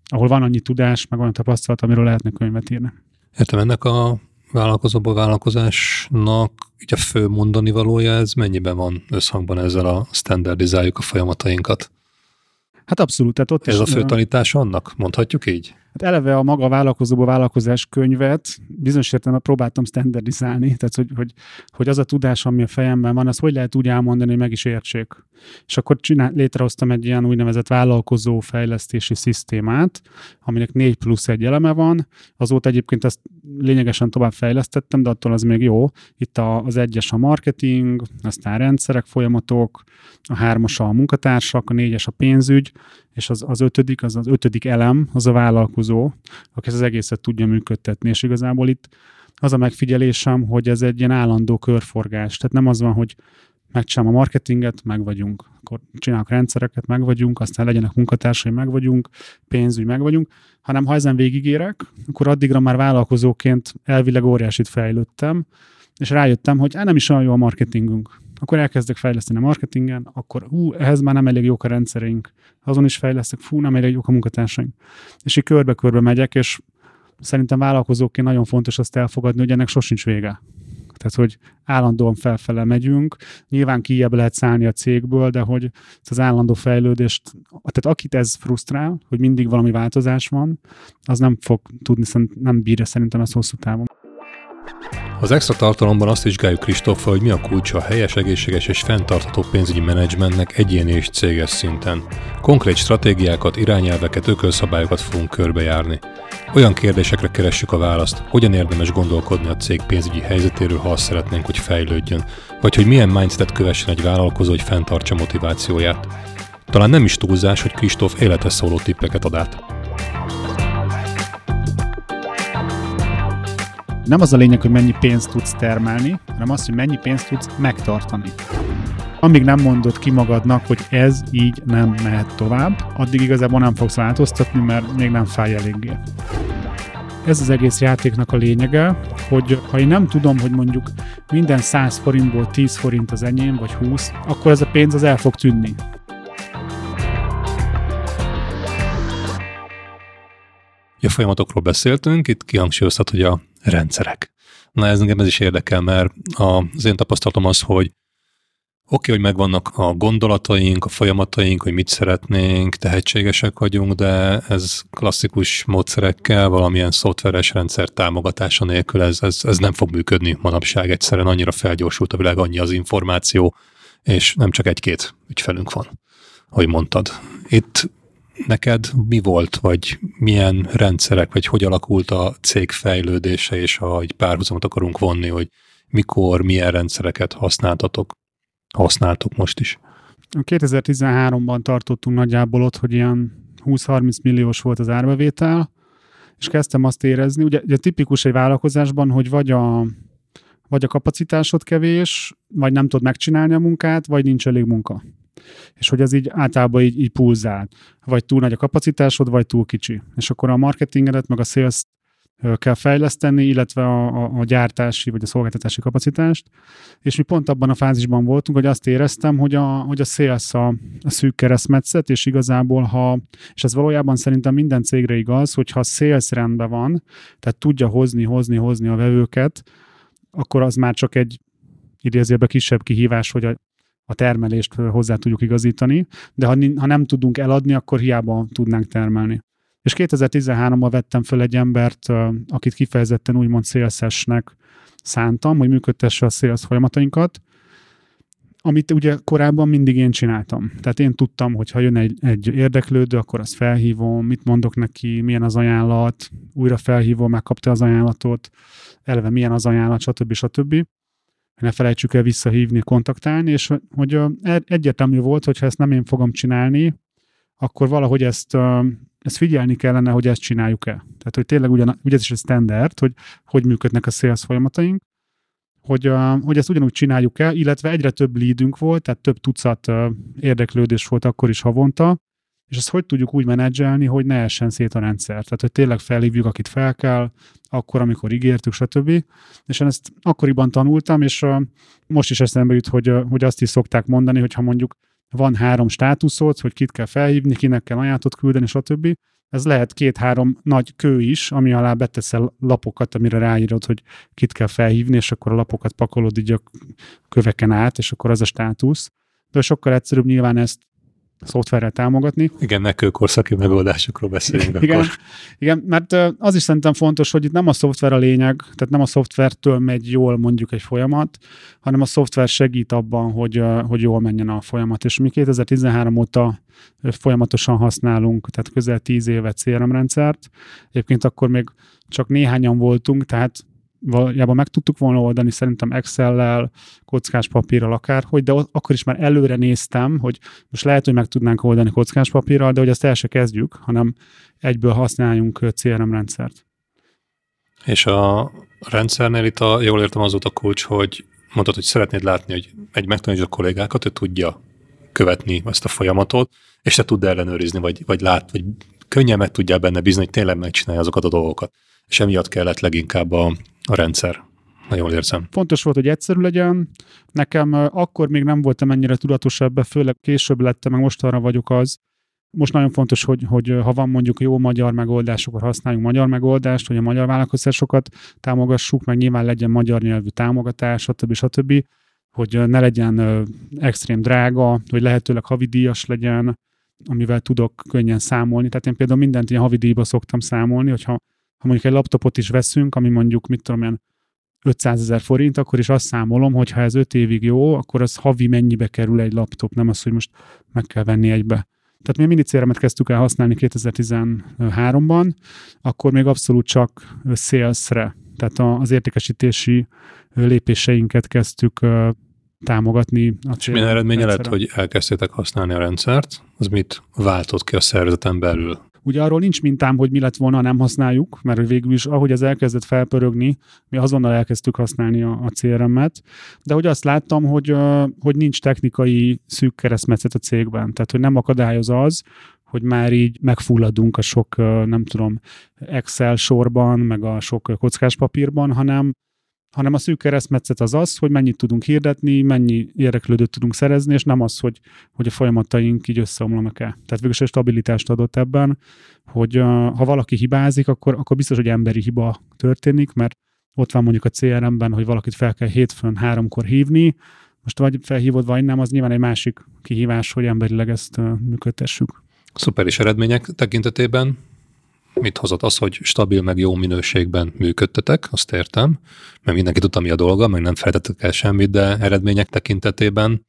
ahol van annyi tudás, meg olyan tapasztalat, amiről lehetne könyvet írni. Értem, ennek a vállalkozóból vállalkozásnak így a fő mondani valója, ez mennyiben van összhangban ezzel a standardizáljuk a folyamatainkat? Hát abszolút. Tehát ott ez is, a fő tanítás annak, mondhatjuk így? Hát eleve a maga vállalkozóból vállalkozás könyvet bizonyos értelemben próbáltam standardizálni, tehát hogy, hogy, hogy az a tudás, ami a fejemben van, az hogy lehet úgy elmondani, hogy meg is értsék. És akkor csinál, létrehoztam egy ilyen úgynevezett vállalkozó fejlesztési szisztémát, aminek négy plusz egy eleme van. Azóta egyébként ezt lényegesen tovább fejlesztettem, de attól az még jó. Itt a, az egyes a marketing, aztán rendszerek, folyamatok, a hármas a munkatársak, a négyes a pénzügy, és az, az ötödik, az az ötödik elem, az a vállalkozó, aki az egészet tudja működtetni. És igazából itt az a megfigyelésem, hogy ez egy ilyen állandó körforgás. Tehát nem az van, hogy megcsinálom a marketinget, meg vagyunk. Akkor csinálok rendszereket, meg vagyunk, aztán legyenek munkatársai, meg vagyunk, pénzügy, meg vagyunk, hanem ha ezen végigérek, akkor addigra már vállalkozóként elvileg óriásit fejlődtem, és rájöttem, hogy á, nem is olyan jó a marketingünk. Akkor elkezdek fejleszteni a marketingen, akkor hú, ehhez már nem elég jók a rendszereink. Azon is fejlesztek, fú, nem elég jók a munkatársaink. És így körbe-körbe megyek, és szerintem vállalkozóként nagyon fontos azt elfogadni, hogy ennek sosincs vége. Tehát, hogy állandóan felfele megyünk, nyilván kijebb lehet szállni a cégből, de hogy az állandó fejlődést, tehát akit ez frusztrál, hogy mindig valami változás van, az nem fog tudni, nem bírja szerintem ezt hosszú távon. Az extra tartalomban azt vizsgáljuk Kristóffal, hogy mi a kulcsa a helyes, egészséges és fenntartható pénzügyi menedzsmentnek egyéni és céges szinten. Konkrét stratégiákat, irányelveket, ökölszabályokat fogunk körbejárni. Olyan kérdésekre keressük a választ, hogyan érdemes gondolkodni a cég pénzügyi helyzetéről, ha azt szeretnénk, hogy fejlődjön, vagy hogy milyen mindsetet kövessen egy vállalkozó, hogy fenntartsa motivációját. Talán nem is túlzás, hogy Kristóf életre szóló tippeket ad át. Nem az a lényeg, hogy mennyi pénzt tudsz termelni, hanem az, hogy mennyi pénzt tudsz megtartani. Amíg nem mondod ki magadnak, hogy ez így nem mehet tovább, addig igazából nem fogsz változtatni, mert még nem fáj eléggé. Ez az egész játéknak a lényege, hogy ha én nem tudom, hogy mondjuk minden száz forintból tíz forint az enyém, vagy húsz, akkor ez a pénz az el fog tűnni. A folyamatokról beszéltünk, itt kihangsúlyoztat, hogy a rendszerek. Na ez engem ez is érdekel, mert az én tapasztalatom az, hogy oké, okay, hogy megvannak a gondolataink, a folyamataink, hogy mit szeretnénk, tehetségesek vagyunk, de ez klasszikus módszerekkel, valamilyen szoftveres rendszer támogatása nélkül ez, ez, ez nem fog működni manapság. Egyszerűen annyira felgyorsult a világ, annyi az információ, és nem csak egy-két ügyfelünk van, ahogy mondtad. Itt neked mi volt, vagy milyen rendszerek, vagy hogy alakult a cég fejlődése, és ha egy párhuzamot akarunk vonni, hogy mikor, milyen rendszereket használtatok, használtok most is? kétezer-tizenháromban tartottunk nagyjából ott, hogy ilyen húsz-harminc milliós volt az árbevétel, és kezdtem azt érezni, ugye, ugye tipikus egy vállalkozásban, hogy vagy a, vagy a kapacitásod kevés, vagy nem tudod megcsinálni a munkát, vagy nincs elég munka. És hogy ez így általában így, így pulzál. Vagy túl nagy a kapacitásod, vagy túl kicsi. És akkor a marketingedet, meg a sales kell fejleszteni, illetve a, a, a gyártási, vagy a szolgáltatási kapacitást. És mi pont abban a fázisban voltunk, hogy azt éreztem, hogy a, hogy a sales a, a szűk keresztmetszet, és igazából, ha, és ez valójában szerintem minden cégre igaz, hogyha a sales rendben van, tehát tudja hozni, hozni, hozni a vevőket, akkor az már csak egy idézőjelben kisebb kihívás, hogy a a termelést hozzá tudjuk igazítani, de ha, ha nem tudunk eladni, akkor hiába tudnánk termelni. És kétezer-tizenháromban vettem föl egy embert, akit kifejezetten úgymond szélszesnek szántam, hogy működtesse a sales folyamatainkat, amit ugye korábban mindig én csináltam. Tehát én tudtam, hogy ha jön egy, egy érdeklődő, akkor azt felhívom, mit mondok neki, milyen az ajánlat, újra felhívom, megkapta az ajánlatot, eleve milyen az ajánlat, stb. stb. Ne felejtsük el visszahívni, kontaktálni, és hogy egyértelmű volt, hogy ha ezt nem én fogom csinálni, akkor valahogy ezt, ezt figyelni kellene, hogy ezt csináljuk-e. Tehát, hogy tényleg ugyan, ugye ez is a standard, hogy hogy működnek a sales folyamataink, hogy, hogy ezt ugyanúgy csináljuk-e, illetve egyre több leadünk volt, tehát több tucat érdeklődés volt akkor is havonta, és ezt hogy tudjuk úgy menedzselni, hogy ne essen szét a rendszer. Tehát, hogy tényleg felhívjuk, akit fel kell, akkor, amikor ígértük, stb. És én ezt akkoriban tanultam, és uh, most is eszembe jut, hogy, uh, hogy azt is szokták mondani, hogy ha mondjuk van három státuszod, hogy kit kell felhívni, kinek kell ajánlatot küldeni, stb., Ez lehet két-három nagy kő is, ami alá beteszel lapokat, amire ráírod, hogy kit kell felhívni, és akkor a lapokat pakolod így a köveken át, és akkor az a státusz. De sokkal egyszerűbb nyilván ezt szoftverrel támogatni. Igen, ne kőkorszaki megoldásokról beszéljünk igen, akkor. Igen, mert az is szerintem fontos, hogy itt nem a szoftver a lényeg, tehát nem a szoftvertől megy jól mondjuk egy folyamat, hanem a szoftver segít abban, hogy, hogy jól menjen a folyamat. És mi kétezer-tizenhárom óta folyamatosan használunk, tehát közel tíz éve cé er em rendszert. Egyébként akkor még csak néhányan voltunk, tehát valójában meg tudtuk volna oldani szerintem Excel-lel, kockás papírral akárhogy, de akkor is már előre néztem, hogy most lehet, hogy meg tudnánk oldani kockás papírral, de hogy azt el se kezdjük, hanem egyből használjunk cé er em rendszert. És a rendszernél itt, a, jól értem, az volt a kulcs, hogy mondtad, hogy szeretnéd látni, hogy egy megtanítsd a kollégákat, ő tudja követni ezt a folyamatot, és te tudd ellenőrizni, vagy, vagy lát, vagy könnyen meg tudjál benne bízni, hogy tényleg megcsinálja azokat a dolgokat. És emiatt kellett leginkább a, a rendszer. Na, jól érzem. Fontos volt, hogy egyszerű legyen. Nekem akkor még nem voltam ennyire tudatos ebbe, főleg később lettem, meg mostanra vagyok az. Most nagyon fontos, hogy, hogy ha van mondjuk jó magyar megoldás, akkor használjunk magyar megoldást, hogy a magyar vállalkozásokat támogassuk, meg nyilván legyen magyar nyelvű támogatás, stb. stb. Hogy ne legyen extrém drága, hogy lehetőleg havidíjas legyen, amivel tudok könnyen számolni. Tehát én például mindent ilyen havidíjba szoktam számolni, hogyha ha mondjuk egy laptopot is veszünk, ami mondjuk, mit tudom én, ötszázezer forint, akkor is azt számolom, hogy ha ez öt évig jó, akkor az havi mennyibe kerül egy laptop, nem az, hogy most meg kell venni egybe. Tehát mi a mini cé er emet kezdtük el használni kétezer-tizenháromban, akkor még abszolút csak salesre, tehát az értékesítési lépéseinket kezdtük támogatni. És milyen eredménye lett, hogy elkezdtétek használni a rendszert? Az mit váltott ki a szervezeten belül? Ugye arról nincs mintám, hogy mi lett volna, ha nem használjuk, mert végül is, ahogy ez elkezdett felpörögni, mi azonnal elkezdtük használni a, a cé er emet, de hogy azt láttam, hogy, hogy nincs technikai szűk keresztmetszet a cégben, tehát hogy nem akadályoz az, hogy már így megfulladunk a sok, nem tudom, Excel sorban, meg a sok kockás papírban, hanem hanem a szűk keresztmetszet az az, hogy mennyit tudunk hirdetni, mennyi érdeklődőt tudunk szerezni, és nem az, hogy, hogy a folyamataink így összeomlanak el. Tehát végül is stabilitást adott ebben, hogy uh, ha valaki hibázik, akkor, akkor biztos, hogy emberi hiba történik, mert ott van mondjuk a cé er emben, hogy valakit fel kell hétfőn háromkor hívni, most vagy felhívod, vagy nem, az nyilván egy másik kihívás, hogy emberileg ezt uh, működtessük. Szuper, és eredmények tekintetében mit hozott az, hogy stabil, meg jó minőségben működtetek, azt értem, mert mindenki tudta, mi a dolga, meg nem feltettek el semmit, de eredmények tekintetében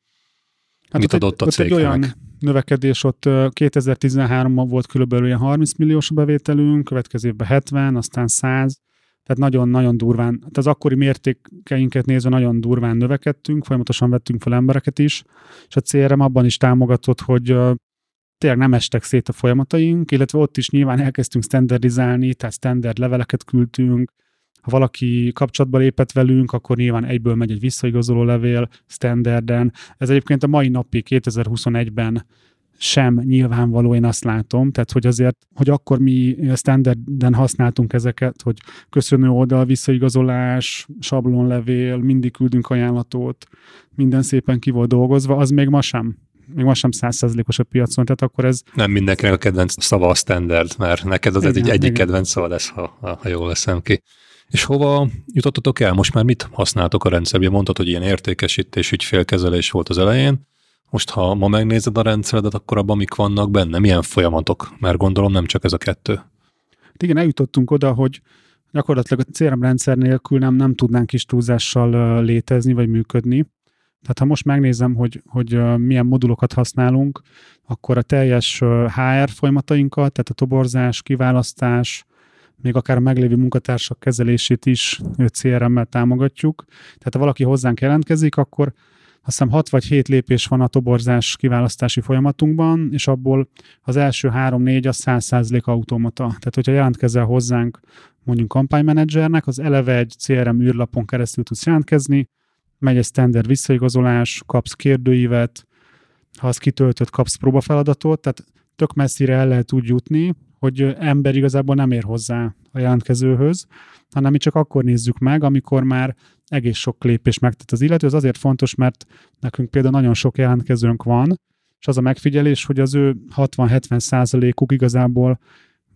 hát mit adott egy, a cégnek? Ott egy olyan növekedés, ott kétezer-tizenháromban volt körülbelül ilyen harminc milliós bevételünk, következő évben hetven, aztán száz, tehát nagyon-nagyon durván, tehát az akkori mértékeinket nézve nagyon durván növekedtünk, folyamatosan vettünk fel embereket is, és a cé er em abban is támogatott, hogy tényleg nem estek szét a folyamataink, illetve ott is nyilván elkezdtünk standardizálni, tehát standard leveleket küldtünk. Ha valaki kapcsolatba lépett velünk, akkor nyilván egyből megy egy visszaigazoló levél standarden. Ez egyébként a mai napig kétezer-huszonegyben sem nyilvánvaló, én azt látom. Tehát, hogy azért, hogy akkor mi standarden használtunk ezeket, hogy köszönő oldal, visszaigazolás, sablonlevél, mindig küldünk ajánlatot, minden szépen ki volt dolgozva, az még ma sem. Még most sem száz százalékos a piacon, tehát akkor ez... Nem mindenkinek a kedvenc szava a standard, mert neked az igen, egy egyik igen. kedvenc szava lesz, ha, ha jól veszem ki. És hova jutottatok el? Most már mit használtok a rendszerben? Mondtad, hogy ilyen értékesítés, ügyfélkezelés volt az elején. Most, ha ma megnézed a rendszeredet, akkor abban mik vannak benne? Milyen folyamatok? Mert gondolom nem csak ez a kettő. Igen, eljutottunk oda, hogy gyakorlatilag a cé er em rendszer nélkül nem, nem tudnánk kis túlzással létezni, vagy működni. Tehát ha most megnézem, hogy, hogy milyen modulokat használunk, akkor a teljes há er folyamatainkat, tehát a toborzás, kiválasztás, még akár a meglévő munkatársak kezelését is cé er emmel támogatjuk. Tehát ha valaki hozzánk jelentkezik, akkor azt hiszem hat vagy hét lépés van a toborzás kiválasztási folyamatunkban, és abból az első három-négy az száz százalék automata. Tehát hogyha jelentkezel hozzánk mondjuk kampánymenedzsernek, az eleve egy cé er em űrlapon keresztül tudsz jelentkezni, megy egy standard visszaigazolás, kapsz kérdőívet, ha azt kitöltött, kapsz próbafeladatot, tehát tök messzire el lehet úgy jutni, hogy ember igazából nem ér hozzá a jelentkezőhöz, hanem mi csak akkor nézzük meg, amikor már egész sok lépés megtett az illető. Ez azért fontos, mert nekünk például nagyon sok jelentkezőnk van, és az a megfigyelés, hogy az ő hatvan-hetven százalékuk igazából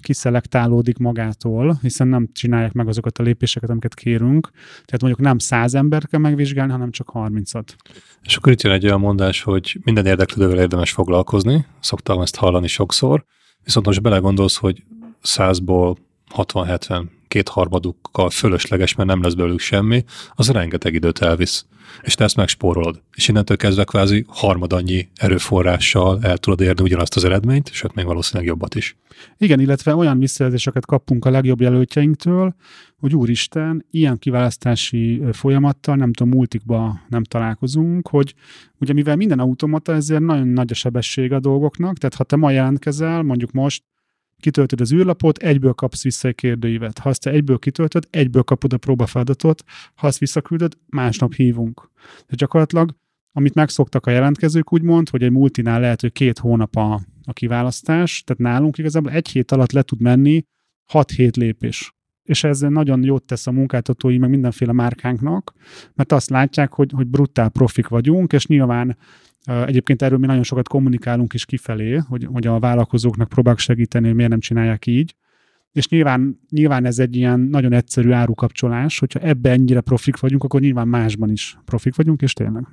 kiszelektálódik magától, hiszen nem csinálják meg azokat a lépéseket, amiket kérünk. Tehát mondjuk nem száz embert kell megvizsgálni, hanem csak harmincat. És akkor itt jön egy olyan mondás, hogy minden érdeklődővel érdemes foglalkozni. Szoktam ezt hallani sokszor. Viszont most belegondolsz, hogy százból hatvan-hetven, kétharmadukkal fölösleges, mert nem lesz belőlük semmi, az rengeteg időt elvisz. És te ezt megspórolod. És innentől kezdve kvázi harmad annyi erőforrással el tudod érni ugyanazt az eredményt, sőt, még valószínűleg jobbat is. Igen, illetve olyan visszajelzéseket kapunk a legjobb jelöltjeinktől, hogy úristen, ilyen kiválasztási folyamattal, nem tudom, multikba nem találkozunk, hogy ugye mivel minden automata, ezért nagyon nagy a sebesség a dolgoknak, tehát ha te ma jelentkezel, mondjuk most kitöltöd az űrlapot, egyből kapsz vissza egy kérdőívet. Ha azt te egyből kitöltöd, egyből kapod a próbafeladatot, ha azt visszaküldöd, másnap hívunk. De gyakorlatilag, amit megszoktak a jelentkezők, úgymond, hogy egy multinál lehet, hogy két hónap a, a kiválasztás, tehát nálunk igazából egy hét alatt le tud menni hat-hét lépés. És ez nagyon jót tesz a munkáltatói, meg mindenféle márkánknak, mert azt látják, hogy, hogy brutál profik vagyunk, és nyilván egyébként erről mi nagyon sokat kommunikálunk is kifelé, hogy, hogy a vállalkozóknak próbálunk segíteni, hogy miért nem csinálják így. És nyilván, nyilván ez egy ilyen nagyon egyszerű árukapcsolás, hogyha ebbe ennyire profik vagyunk, akkor nyilván másban is profik vagyunk, és tényleg.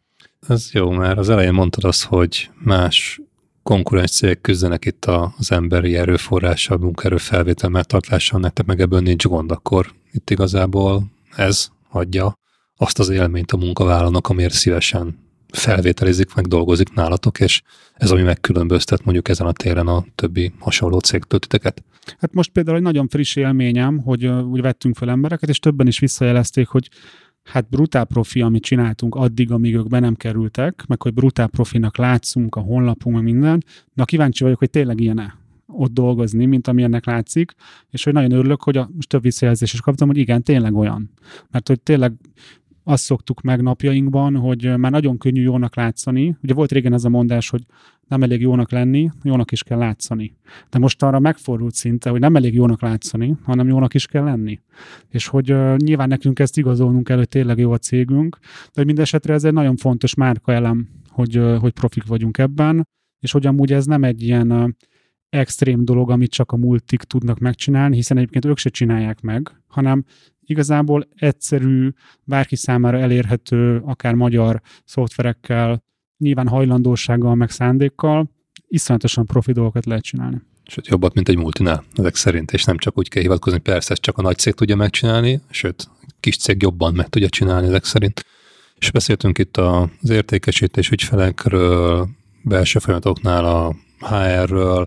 Ez jó, mert az elején mondtad azt, hogy más konkurens cégek küzdenek itt az emberi erőforrással, munkaerő felvétel megtartással, nektek meg ebből nincs gond, akkor itt igazából ez adja azt az élményt a munkavállalónak, amiért szívesen felvételizik, meg dolgozik nálatok, és ez, ami megkülönböztet mondjuk ezen a téren a többi hasonló cégtől titeket? Hát most például egy nagyon friss élményem, hogy uh, úgy vettünk fel embereket, és többen is visszajelezték, hogy hát brutál profi, amit csináltunk addig, amíg ők be nem kerültek, meg hogy brutál profinak látszunk a honlapunk, meg minden. Na kíváncsi vagyok, hogy tényleg ilyen-e ott dolgozni, mint amilyennek látszik, és hogy nagyon örülök, hogy a, most több visszajelzést is kaptam, hogy igen, tényleg olyan. Mert hogy tényleg azt szoktuk meg napjainkban, hogy már nagyon könnyű jónak látszani. Ugye volt régen ez a mondás, hogy nem elég jónak lenni, jónak is kell látszani. De most arra megfordult szinte, hogy nem elég jónak látszani, hanem jónak is kell lenni. És hogy uh, nyilván nekünk ezt igazolnunk kell, hogy tényleg jó a cégünk, de hogy mindesetre ez egy nagyon fontos márkaelem, hogy, uh, hogy profik vagyunk ebben, és hogy amúgy ez nem egy ilyen uh, extrém dolog, amit csak a multik tudnak megcsinálni, hiszen egyébként ők se csinálják meg, hanem igazából egyszerű, bárki számára elérhető, akár magyar szoftverekkel, nyilván hajlandósággal, meg szándékkal, iszonyatosan profi dolgokat lehet csinálni. Sőt, jobbat, mint egy multinál, ezek szerint, és nem csak úgy kell hivatkozni, persze ezt csak a nagy cég tudja megcsinálni, sőt, kis cég jobban meg tudja csinálni ezek szerint. És beszéltünk itt az értékesítés ügyfelekről, belső folyamatoknál a há erről,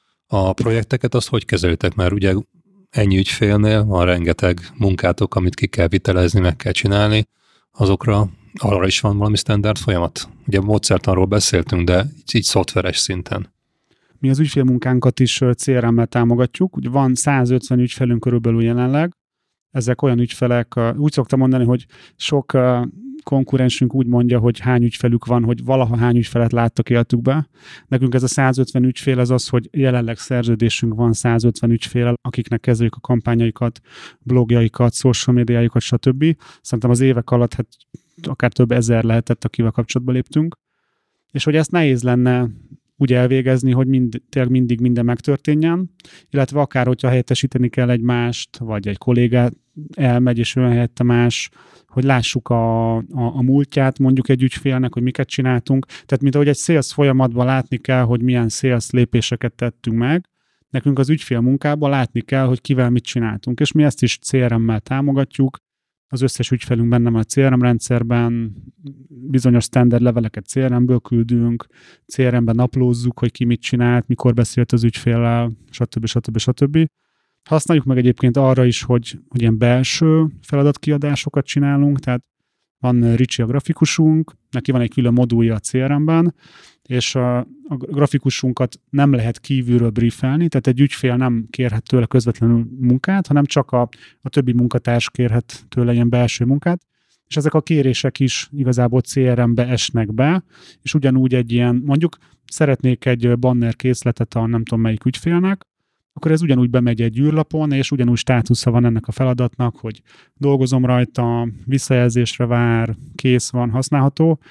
a projekteket, azt hogy kezelőtek? Mert ugye ennyi ügyfélnél van rengeteg munkátok, amit ki kell vitelezni, meg kell csinálni, azokra arra is van valami standard folyamat. Ugye módszertanról beszéltünk, de így, így szoftveres szinten. Mi az ügyfélmunkánkat is cé er em-mel támogatjuk. Ugye van százötven ügyfelünk körülbelül jelenleg. Ezek olyan ügyfelek, úgy szoktam mondani, hogy sok konkurensünk úgy mondja, hogy hány ügyfelük van, hogy valaha hány ügyfelet láttak életükbe. Nekünk ez a százötven ügyfél az az, hogy jelenleg szerződésünk van százötven ügyféllel, akiknek kezeljük a kampányaikat, blogjaikat, social médiájukat, stb. Szerintem az évek alatt hát akár több ezer lehetett, akivel kapcsolatba léptünk. És hogy ezt nehéz lenne úgy elvégezni, hogy mind, tényleg mindig minden megtörténjen, illetve akár, hogyha helyettesíteni kell egymást, vagy egy kollégát elmegy, és olyan helyette más, hogy lássuk a, a, a múltját mondjuk egy ügyfélnek, hogy miket csináltunk. Tehát, mint ahogy egy sales folyamatban látni kell, hogy milyen sales lépéseket tettünk meg, nekünk az ügyfél munkában látni kell, hogy kivel mit csináltunk. És mi ezt is cé er em-mel támogatjuk. Az összes ügyfelünk benne van a cé er em rendszerben, bizonyos standard leveleket cé er em-ből küldünk, cé er em-ben naplózzuk, hogy ki mit csinált, mikor beszélt az ügyféllel, stb. stb. stb. Használjuk meg egyébként arra is, hogy, hogy ilyen belső feladatkiadásokat csinálunk, tehát van Ricsi a grafikusunk, neki van egy külön modulja a cé er em-ben, és a, a grafikusunkat nem lehet kívülről briefelni, tehát egy ügyfél nem kérhet tőle közvetlenül munkát, hanem csak a, a többi munkatárs kérhet tőle ilyen belső munkát, és ezek a kérések is igazából cé er em-be esnek be, és ugyanúgy egy ilyen, mondjuk szeretnék egy banner készletet a nem tudom melyik ügyfélnek, akkor ez ugyanúgy bemegy egy űrlapon, és ugyanúgy státusza van ennek a feladatnak, hogy dolgozom rajta, visszajelzésre vár, kész van, használható,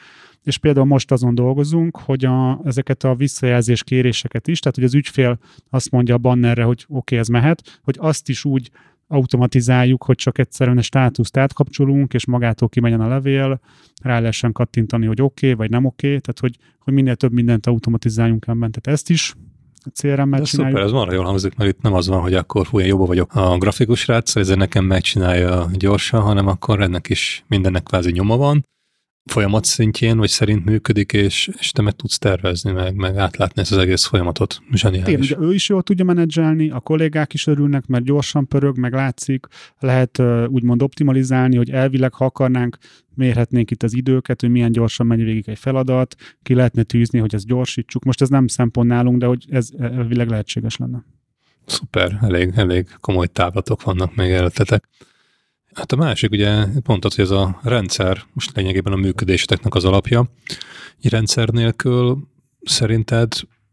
és például most azon dolgozunk, hogy a, ezeket a visszajelzés kéréseket is, tehát hogy az ügyfél azt mondja a bannerre, hogy oké, okay, ez mehet, hogy azt is úgy automatizáljuk, hogy csak egyszerűen a státuszt átkapcsolunk, és magától kimenjen a levél, rá lehessen kattintani, hogy oké, okay, vagy nem oké, okay, tehát hogy, hogy minél több mindent automatizálunk ebben. Tehát ezt is cé er em-mel csináljuk. Szuper, ez marha jól hangzik, mert itt nem az van, hogy akkor hú, én jobban vagyok a grafikus srác, ezért nekem megcsinálja gyorsan, hanem akkor ennek is mindennek kvázi nyoma van, folyamat szintjén, vagy szerint működik, és, és te meg tudsz tervezni, meg, meg átlátni ezt az egész folyamatot. Zseniális. Tényleg, ugye ő is jól tudja menedzselni, a kollégák is örülnek, mert gyorsan pörög, meg látszik, lehet uh, úgymond optimalizálni, hogy elvileg, ha akarnánk, mérhetnénk itt az időket, hogy milyen gyorsan megy végig egy feladat, ki lehetne tűzni, hogy ezt gyorsítsuk. Most ez nem szempont nálunk, de hogy ez elvileg lehetséges lenne. Szuper, elég, elég komoly távlatok vannak még előttetek. Hát a másik, ugye mondtad, hogy ez a rendszer most lényegében a működéseteknek az alapja. Egy rendszer nélkül szerinted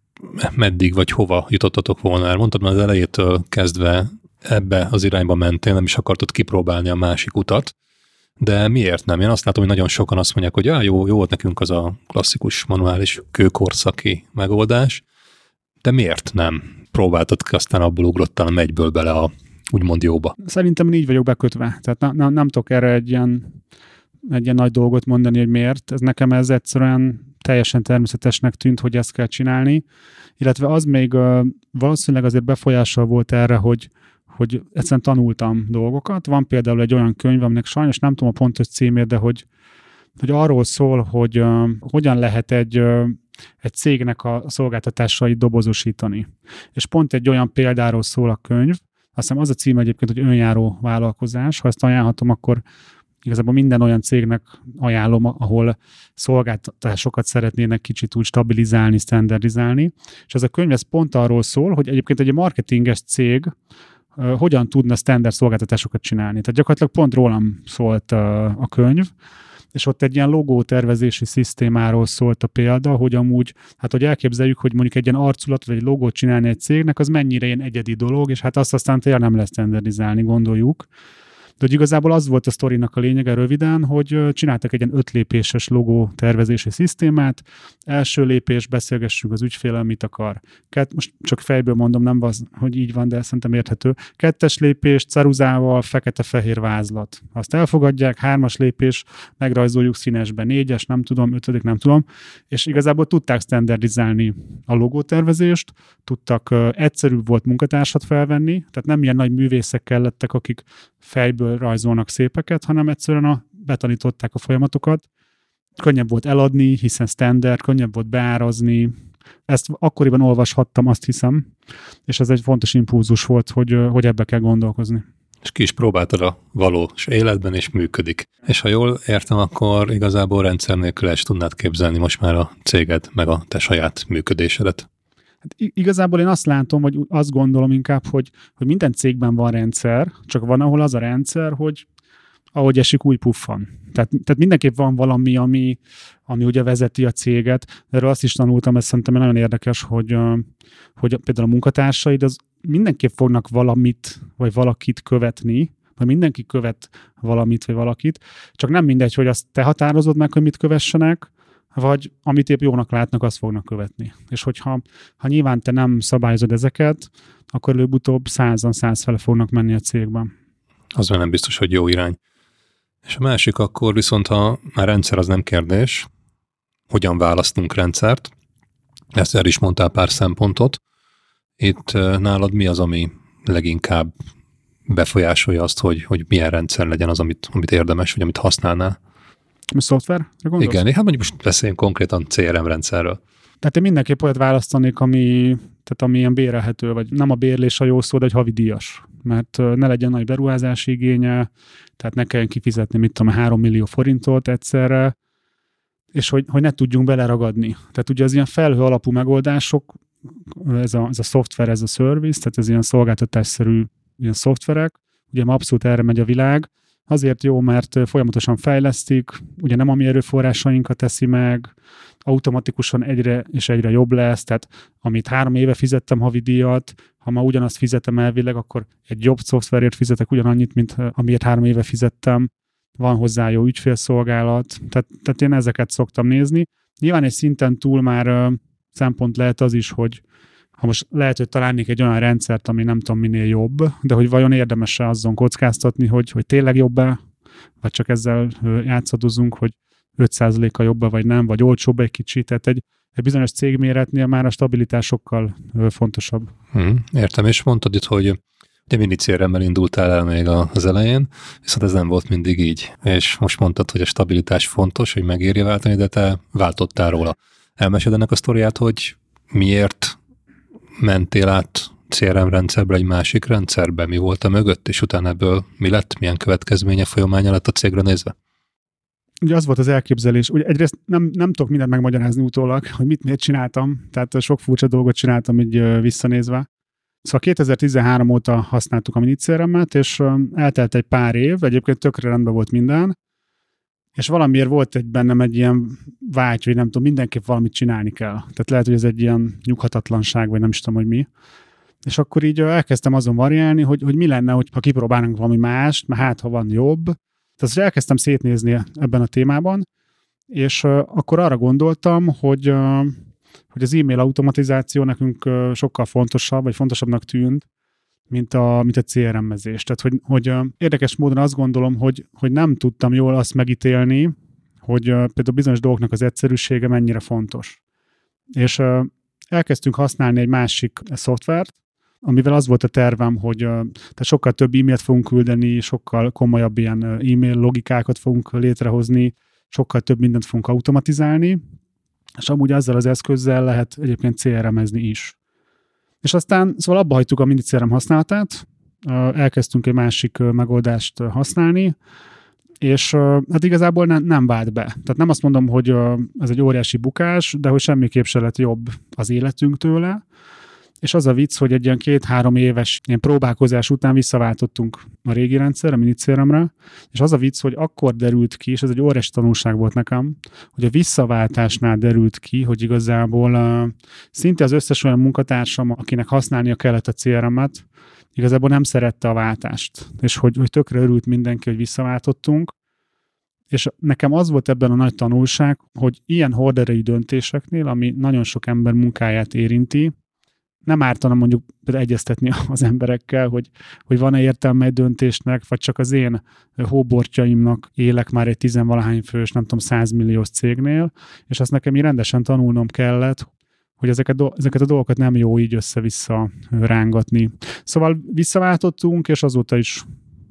meddig vagy hova jutottatok volna el? Mondtad, már az elejétől kezdve ebbe az irányba mentél, nem is akartad kipróbálni a másik utat, de miért nem? Én azt látom, hogy nagyon sokan azt mondják, hogy ah, jó, jó volt nekünk az a klasszikus manuális kőkorszaki megoldás, de miért nem próbáltad ki, aztán abból ugrottál a megyből bele a úgymond jóba? Szerintem így vagyok bekötve. Tehát na, na, nem tudok erre egy ilyen, egy ilyen nagy dolgot mondani, hogy miért. Ez nekem ez egyszerűen teljesen természetesnek tűnt, hogy ezt kell csinálni. Illetve az még uh, valószínűleg azért befolyással volt erre, hogy, hogy egyszerűen tanultam dolgokat. Van például egy olyan könyv, aminek sajnos nem tudom a pontos címét, de hogy, hogy arról szól, hogy uh, hogyan lehet egy, uh, egy cégnek a szolgáltatásait dobozosítani. És pont egy olyan példáról szól a könyv. Azt hiszem az a cím egyébként, hogy önjáró vállalkozás. Ha ezt ajánlhatom, akkor igazából minden olyan cégnek ajánlom, ahol szolgáltatásokat szeretnének kicsit úgy stabilizálni, standardizálni. És ez a könyv ez pont arról szól, hogy egyébként egy marketinges cég uh, hogyan tudna standard szolgáltatásokat csinálni. Tehát gyakorlatilag pont rólam szólt uh, a könyv, és ott egy ilyen logótervezési szisztémáról szólt a példa, hogy amúgy, hát hogy elképzeljük, hogy mondjuk egy ilyen arculat vagy egy logót csinálni egy cégnek, az mennyire ilyen egyedi dolog, és hát azt aztán tényleg nem lesz standardizálni, gondoljuk. De hogy igazából az volt a sztorinak a lényege röviden, hogy csináltak egy ilyen ötlépéses logó tervezési szisztémát. Első lépés, beszélgessünk az ügyféllel, mit akar. Kett, most csak fejből mondom, nem az, hogy így van, de szerintem érthető. Kettes lépés, ceruzával, fekete-fehér vázlat. Azt elfogadják, hármas lépés, megrajzoljuk színesben, négyes, nem tudom, ötödik, nem tudom. És igazából tudták standardizálni a logótervezést, tudtak, uh, egyszerűbb volt munkatársat felvenni, tehát nem ilyen nagy művészek kellettek, akik fejből rajzolnak szépeket, hanem egyszerűen a, betanították a folyamatokat. Könnyebb volt eladni, hiszen standard, könnyebb volt beárazni. Ezt akkoriban olvashattam, azt hiszem, és ez egy fontos impulzus volt, hogy, hogy ebbe kell gondolkozni. És ki is próbáltad a valós életben, és működik. És ha jól értem, akkor igazából rendszer nélkül is tudnád képzelni most már a céged, meg a te saját működésedet. Hát igazából én azt látom, vagy azt gondolom inkább, hogy, hogy minden cégben van rendszer, csak van, ahol az a rendszer, hogy ahogy esik, úgy puffan. Tehát, tehát mindenképp van valami, ami, ami ugye vezeti a céget. Erről azt is tanultam, ez szerintem nagyon érdekes, hogy, hogy például a munkatársaid az mindenképp fognak valamit, vagy valakit követni, vagy mindenki követ valamit, vagy valakit, csak nem mindegy, hogy azt te határozod meg, hogy mit kövessenek, vagy amit épp jónak látnak, azt fognak követni. És hogyha ha nyilván te nem szabályozod ezeket, akkor előbb-utóbb százan százfele fognak menni a cégben. Az már nem biztos, hogy jó irány. És a másik akkor viszont, ha már rendszer az nem kérdés, hogyan választunk rendszert, ezt el is mondtál pár szempontot. Itt nálad mi az, ami leginkább befolyásolja azt, hogy, hogy milyen rendszer legyen az, amit, amit érdemes, vagy amit használnál? Mi szoftver? Igen, hát mondjuk most beszéljünk konkrétan cé er em rendszerről. Tehát én mindenképp olyat választanék, ami, tehát ami ilyen bérelhető, vagy nem a bérlés a jó szó, de egy havidíjas. Mert ne legyen nagy beruházási igénye, tehát ne kelljen kifizetni, mit tudom, három millió forintot egyszerre, és hogy, hogy ne tudjunk beleragadni. Tehát ugye az ilyen felhő alapú megoldások, ez a, ez a szoftver, ez a service, tehát ez ilyen szolgáltatásszerű ilyen szoftverek, ugye ma abszolút erre megy a világ. Azért jó, mert folyamatosan fejlesztik, ugye nem a mi erőforrásainkat teszi meg, automatikusan egyre és egyre jobb lesz, tehát amit három éve fizettem havidíjat, ha ma ugyanazt fizetem elvileg, akkor egy jobb szoftverért fizetek ugyanannyit, mint amiért három éve fizettem. van hozzá jó ügyfélszolgálat, tehát, tehát én ezeket szoktam nézni. Nyilván egy szinten túl már uh, szempont lehet az is, hogy ha most lehet, hogy találnék egy olyan rendszert, ami nem tudom minél jobb, de hogy vajon érdemes-e azon kockáztatni, hogy, hogy tényleg jobb-e, vagy csak ezzel uh, játszadozunk, hogy öt százaléka jobb vagy nem, vagy olcsóbb egy kicsit, tehát egy, egy bizonyos cégméretnél már a stabilitás sokkal uh, fontosabb. Hmm, értem, és mondtad itt, hogy ugye mini cé er emmel indultál el még az elején, viszont ez nem volt mindig így. És most mondtad, hogy a stabilitás fontos, hogy megérje váltani, de te váltottál róla. Elmesed ennek a sztoriát, hogy miért mentél át cé er em rendszerbe egy másik rendszerbe? Mi volt a mögött, és utána ebből mi lett? Milyen következménye, folyamánya lett a cégre nézve? Ugye az volt az elképzelés. Ugye egyrészt nem, nem tudok mindent megmagyarázni utólag, hogy mit miért csináltam, tehát sok furcsa dolgot csináltam így visszanézve. Szóval kétezer-tizenhárom óta használtuk a mini cé er emet, és eltelt egy pár év, egyébként tökre rendben volt minden, és valamiért volt egy bennem egy ilyen vágy, hogy nem tudom, mindenképp valamit csinálni kell. Tehát lehet, hogy ez egy ilyen nyughatatlanság, vagy nem is tudom, hogy mi. És akkor így elkezdtem azon variálni, hogy, hogy mi lenne, ha kipróbálnánk valami mást, mert hát, ha van jobb. Tehát elkezdtem szétnézni ebben a témában, és akkor arra gondoltam, hogy hogy az e-mail automatizáció nekünk sokkal fontosabb, vagy fontosabbnak tűnt, mint a, mint a cé er em-ezés. Tehát, hogy, hogy érdekes módon azt gondolom, hogy, hogy nem tudtam jól azt megítélni, hogy például bizonyos dolgoknak az egyszerűsége mennyire fontos. És elkezdtünk használni egy másik szoftvert, amivel az volt a tervem, hogy tehát sokkal több e-mailt fogunk küldeni, sokkal komolyabb ilyen e-mail logikákat fogunk létrehozni, sokkal több mindent fogunk automatizálni, és amúgy azzal az eszközzel lehet egyébként cé er em-ezni is. És aztán szóval abba hagytuk a mini cé er em használatát, elkezdtünk egy másik megoldást használni, és hát igazából nem, nem vált be. Tehát nem azt mondom, hogy ez egy óriási bukás, de hogy semmiképp se lett jobb az életünk tőle. És az a vicc, hogy egy ilyen két-három éves ilyen próbálkozás után visszaváltottunk a régi rendszer, a mini cé er em-re, és az a vicc, hogy akkor derült ki, és ez egy óriási tanulság volt nekem, hogy a visszaváltásnál derült ki, hogy igazából uh, szinte az összes olyan munkatársam, akinek használnia kellett a cé er em-et, igazából nem szerette a váltást, és hogy, hogy tökre örült mindenki, hogy visszaváltottunk. És nekem az volt ebben a nagy tanulság, hogy ilyen horderejű döntéseknél, ami nagyon sok ember munkáját érinti, nem ártana mondjuk egyeztetni az emberekkel, hogy, hogy van-e értelme egy döntésnek, vagy csak az én hóbortjaimnak élek már egy tizenvalahány fős, nem tudom, százmilliós cégnél, és azt nekem így rendesen tanulnom kellett, hogy ezeket, ezeket a dolgokat nem jó így össze-vissza rángatni. Szóval visszaváltottunk, és azóta is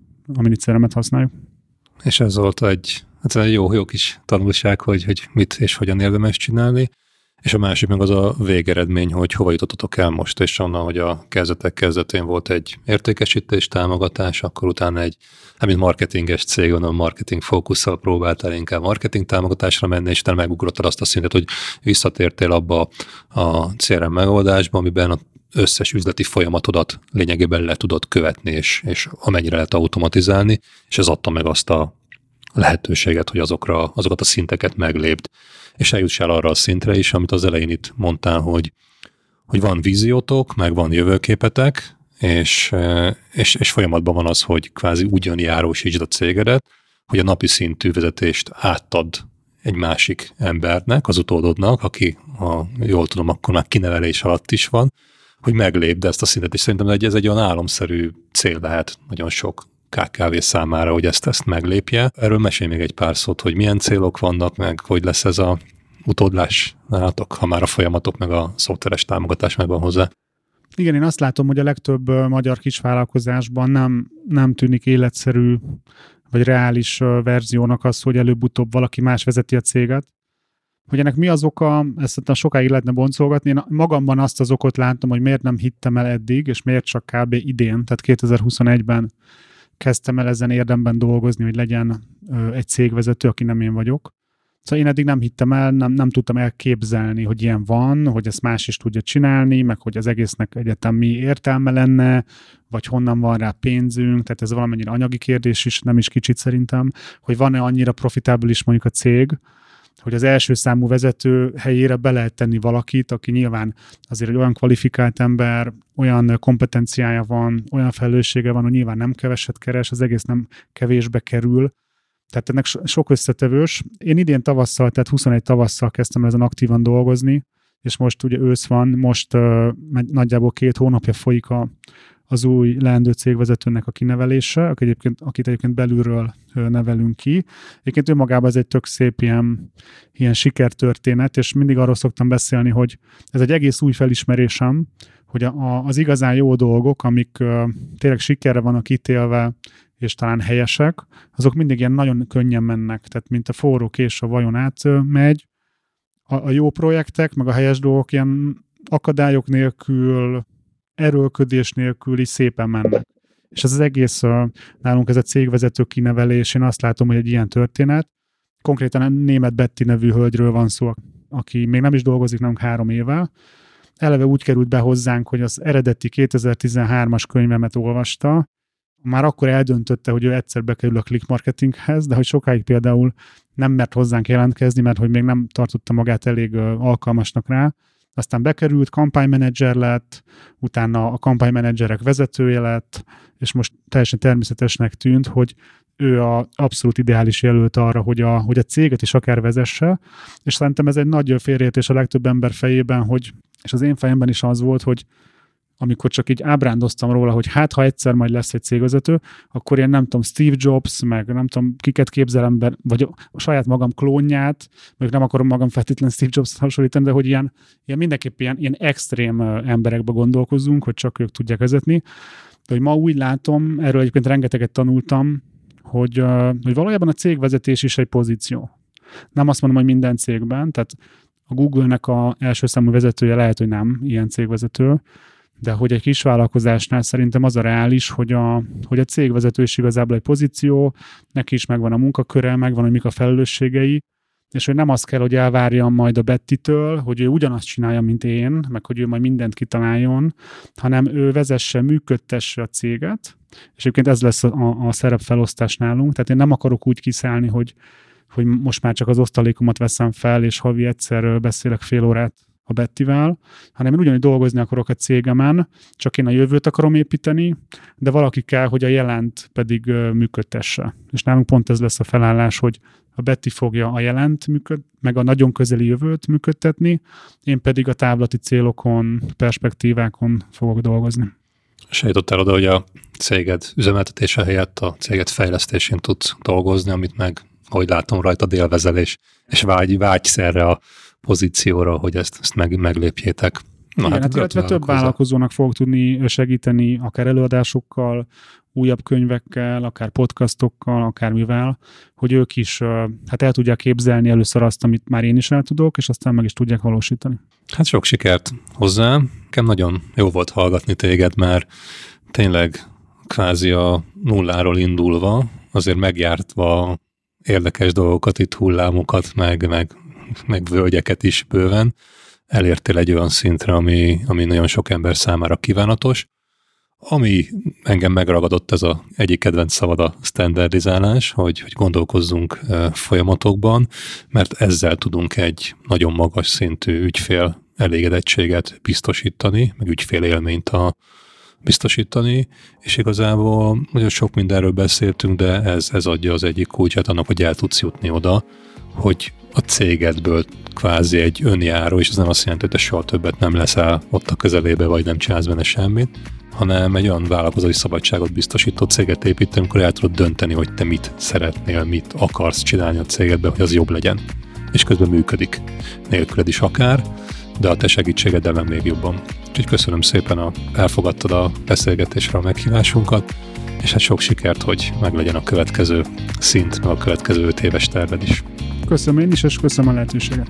a mini cé er emet használjuk. És ez volt egy, hát egy jó, jó kis tanulság, hogy, hogy mit és hogyan érdemes csinálni. És a másik meg az a végeredmény, hogy hova jutottatok el most, és onnan, hogy a kezdetek kezdetén volt egy értékesítés, támogatás, akkor utána egy, hát mint marketinges cég, onnan marketing fókusszal próbáltál inkább marketing támogatásra menni, és utána megugrottad azt a szintet, hogy visszatértél abba a cé er em megoldásba, amiben az összes üzleti folyamatodat lényegében le tudod követni, és, és amennyire lehet automatizálni, és ez adta meg azt a lehetőséget, hogy azokra, azokat a szinteket meglépd. És eljuts el arra a szintre is, amit az elején itt mondtál, hogy, hogy van víziótok, meg van jövőképetek, és, és, és folyamatban van az, hogy kvázi ugyan járósítsd a cégedet, hogy a napi szintű vezetést átad egy másik embernek, az utódodnak, aki, ha jól tudom, akkor már kinevelés alatt is van, hogy meglépd ezt a szintet, és szerintem ez egy olyan álomszerű cél lehet nagyon sok ká ká vé számára, hogy ezt, ezt meglépje. Erről mesélj még egy pár szót, hogy milyen célok vannak, meg hogy lesz ez a utódlás nálatok, ha már a folyamatok, meg a szoftveres támogatás megvan hozzá. Igen, én azt látom, hogy a legtöbb magyar kisvállalkozásban nem, nem tűnik életszerű, vagy reális verziónak az, hogy előbb-utóbb valaki más vezeti a céget. Hogy ennek mi az oka, ezt sokáig lehetne boncolgatni. Én magamban azt az okot látom, hogy miért nem hittem el eddig, és miért csak kb. Idén, tehát kétezer-huszonegyben kezdtem el ezen érdemben dolgozni, hogy legyen ö, egy cégvezető, aki nem én vagyok. Szóval én eddig nem hittem el, nem, nem tudtam elképzelni, hogy ilyen van, hogy ezt más is tudja csinálni, meg hogy az egésznek egyetem mi értelme lenne, vagy honnan van rá pénzünk, tehát ez valamennyire anyagi kérdés is, nem is kicsit szerintem, hogy van-e annyira profitábilis mondjuk a cég, hogy az első számú vezető helyére be lehet tenni valakit, aki nyilván azért egy olyan kvalifikált ember, olyan kompetenciája van, olyan felelőssége van, hogy nyilván nem keveset keres, az egész nem kevésbe kerül, Tehát ennek sok összetevős. Én idén tavasszal, tehát huszonegy tavasszal kezdtem ezen aktívan dolgozni, és most ugye ősz van, most uh, nagyjából két hónapja folyik a, az új leendő cégvezetőnek a kinevelése, akit egyébként, akit egyébként belülről uh, nevelünk ki. Egyébként önmagában ez egy tök szép ilyen, ilyen sikertörténet, és mindig arról szoktam beszélni, hogy ez egy egész új felismerésem, hogy a, a, az igazán jó dolgok, amik uh, tényleg sikerre vannak ítélve, és talán helyesek, azok mindig ilyen nagyon könnyen mennek, tehát mint a forró kés a vajon átmegy. A, a jó projektek, meg a helyes dolgok ilyen akadályok nélkül, erőlködés nélkül is szépen mennek. És ez az egész, nálunk ez a cégvezető kinevelés, én azt látom, hogy egy ilyen történet. Konkrétan Németh Betty nevű hölgyről van szó, aki még nem is dolgozik nálunk három éve. Eleve úgy került be hozzánk, hogy az eredeti kétezer-tizenhármas könyvemet olvasta, már akkor eldöntötte, hogy ő egyszer bekerül a click marketinghez, de hogy sokáig például nem mert hozzánk jelentkezni, mert hogy még nem tartotta magát elég alkalmasnak rá. Aztán bekerült, kampánymenedzser lett, utána a kampánymenedzserek vezetője lett, és most teljesen természetesnek tűnt, hogy ő az abszolút ideális jelölt arra, hogy a, hogy a céget is akár vezesse, és szerintem ez egy nagy félreértés a legtöbb ember fejében, hogy, és az én fejemben is az volt, hogy amikor csak így ábrándoztam róla, hogy hát, ha egyszer majd lesz egy cégvezető, akkor én nem tudom, Steve Jobs, meg nem tudom, kiket képzelem be, vagy a saját magam klónját, meg nem akarom magam feltétlenül Steve Jobs hasonlítani, de hogy ilyen, ilyen mindenképp ilyen, ilyen extrém emberekbe gondolkozzunk, hogy csak ők tudják vezetni. De hogy ma úgy látom, erről egyébként rengeteget tanultam, hogy, hogy valójában a cégvezetés is egy pozíció. Nem azt mondom, hogy minden cégben, tehát a Google-nek az első számú vezetője lehet, hogy nem ilyen cégvezető, de hogy egy kis vállalkozásnál szerintem az a reális, hogy a, hogy a cégvezető is igazából egy pozíció, neki is megvan a munkaköre, megvan, hogy mik a felelősségei, és hogy nem azt kell, hogy elvárjam majd a Betty-től, hogy ő ugyanazt csinálja, mint én, meg hogy ő majd mindent kitaláljon, hanem ő vezesse, működtesse a céget, és egyébként ez lesz a, a szerepfelosztás nálunk, tehát én nem akarok úgy kiszállni, hogy, hogy most már csak az osztalékomat veszem fel, és havi egyszer beszélek fél órát a Bettivel, hanem én ugyanúgy dolgozni akarok a cégemen, csak én a jövőt akarom építeni, de valaki kell, hogy a jelent pedig működtesse. És nálunk pont ez lesz a felállás, hogy a Betty fogja a jelent működ, meg a nagyon közeli jövőt működtetni, én pedig a távlati célokon, perspektívákon fogok dolgozni. És eljutottál oda, hogy a céged üzemeltetése helyett a céged fejlesztésén tudsz dolgozni, amit meg, ahogy látom rajta, élvezel, és vágy, vágysz erre a pozícióra, hogy ezt, ezt meg, meglépjétek. Na, igen, hát illetve több vállalkozónak fog tudni segíteni, akár előadásokkal, újabb könyvekkel, akár podcastokkal, akármivel, hogy ők is hát el tudják képzelni először azt, amit már én is el tudok, és aztán meg is tudják valósítani. Hát sok sikert hozzá. Nekem nagyon jó volt hallgatni téged, mert tényleg kvázi a nulláról indulva, azért megjártva érdekes dolgokat, itt hullámokat, meg, meg meg völgyeket is bőven, elértél egy olyan szintre, ami, ami nagyon sok ember számára kívánatos. Ami engem megragadott, ez az egyik kedvenc szavad a standardizálás, hogy, hogy gondolkozzunk folyamatokban, mert ezzel tudunk egy nagyon magas szintű ügyfél elégedettséget biztosítani, meg ügyfél élményt a biztosítani, és igazából nagyon sok mindenről beszéltünk, de ez, ez adja az egyik kulcsát annak, hogy el tudsz jutni oda, hogy a cégedből kvázi egy önjáró, és ez nem azt jelenti, hogy te soha többet nem leszel ott a közelébe, vagy nem csinálsz benne semmit, hanem egy olyan vállalkozói szabadságot biztosító céget építeni, amikor el tudod dönteni, hogy te mit szeretnél, mit akarsz csinálni a cégedben, hogy az jobb legyen. És közben működik. Nélküled is akár, de a te segítségeddel meg még jobban. Úgyhogy köszönöm szépen, a, elfogadtad a beszélgetésre a meghívásunkat, és hát sok sikert, hogy meglegyen a következő szint, meg a következő öt éves terved is. Köszönöm én is, és köszönöm a lehetőséget.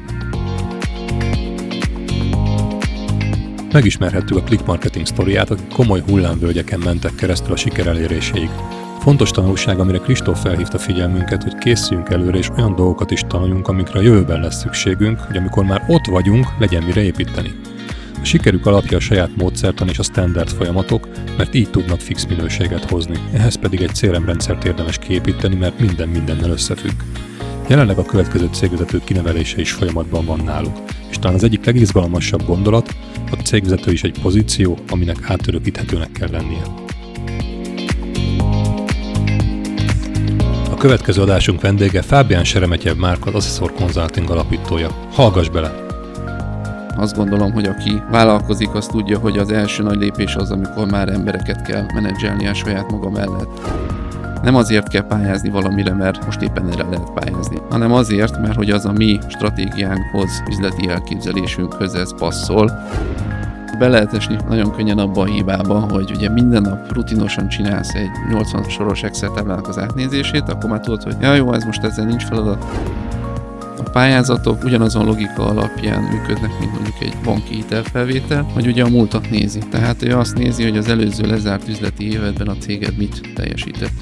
Megismerhettük a Click Marketing sztoriát, akik komoly hullámvölgyeken mentek keresztül a siker eléréséig. Fontos tanulság, amire Kristóf felhívta figyelmünket, hogy készüljünk előre, és olyan dolgokat is tanuljunk, amikre a jövőben lesz szükségünk, hogy amikor már ott vagyunk, legyen mire építeni. A sikerük alapja a saját módszertan és a standard folyamatok, mert így tudnak fix minőséget hozni. Ehhez pedig egy cé er em-rendszert érdemes kiépíteni, mert minden mindennel összefügg. Jelenleg a következő cégvezető kinevelése is folyamatban van náluk, és talán az egyik legizgalmasabb gondolat, a cégvezető is egy pozíció, aminek átörökíthetőnek kell lennie. A Következő adásunk vendége Fábián Seremetyev Márk, az Assessor Consulting alapítója. Hallgass bele! Azt gondolom, hogy aki vállalkozik, az tudja, hogy az első nagy lépés az, amikor már embereket kell menedzselni a saját maga mellett. Nem azért kell pályázni valamire, mert most éppen erre lehet pályázni, hanem azért, mert hogy az a mi stratégiánkhoz, üzleti elképzelésünkhöz ez passzol. Be lehet esni nagyon könnyen abba a hibába, hogy ugye minden nap rutinosan csinálsz egy nyolcvan soros Excel táblának az átnézését, akkor már tudod, hogy ja, jó, ez most ezzel nincs feladat. A pályázatok ugyanazon logika alapján működnek, mint mondjuk egy banki hitelfelvétel, hogy ugye a múltat nézi. Tehát ő azt nézi, hogy az előző lezárt üzleti évedben a céged mit teljesített.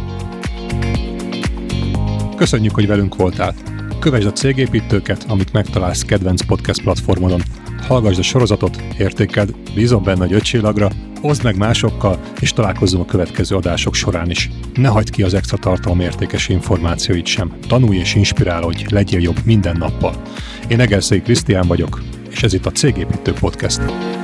Köszönjük, hogy velünk voltál! Kövesd a cégépítőket, amit megtalálsz kedvenc podcast platformodon. Hallgassd a sorozatot, értékeld, bízom benne, hogy öt csillagra, oszd meg másokkal, és találkozzunk a következő adások során is. Ne hagyd ki az extra tartalom értékes információit sem. Tanulj és inspirálódj, legyél jobb minden nappal. Én Egerszegi Krisztián vagyok, és ez itt a Cégépítő Podcast.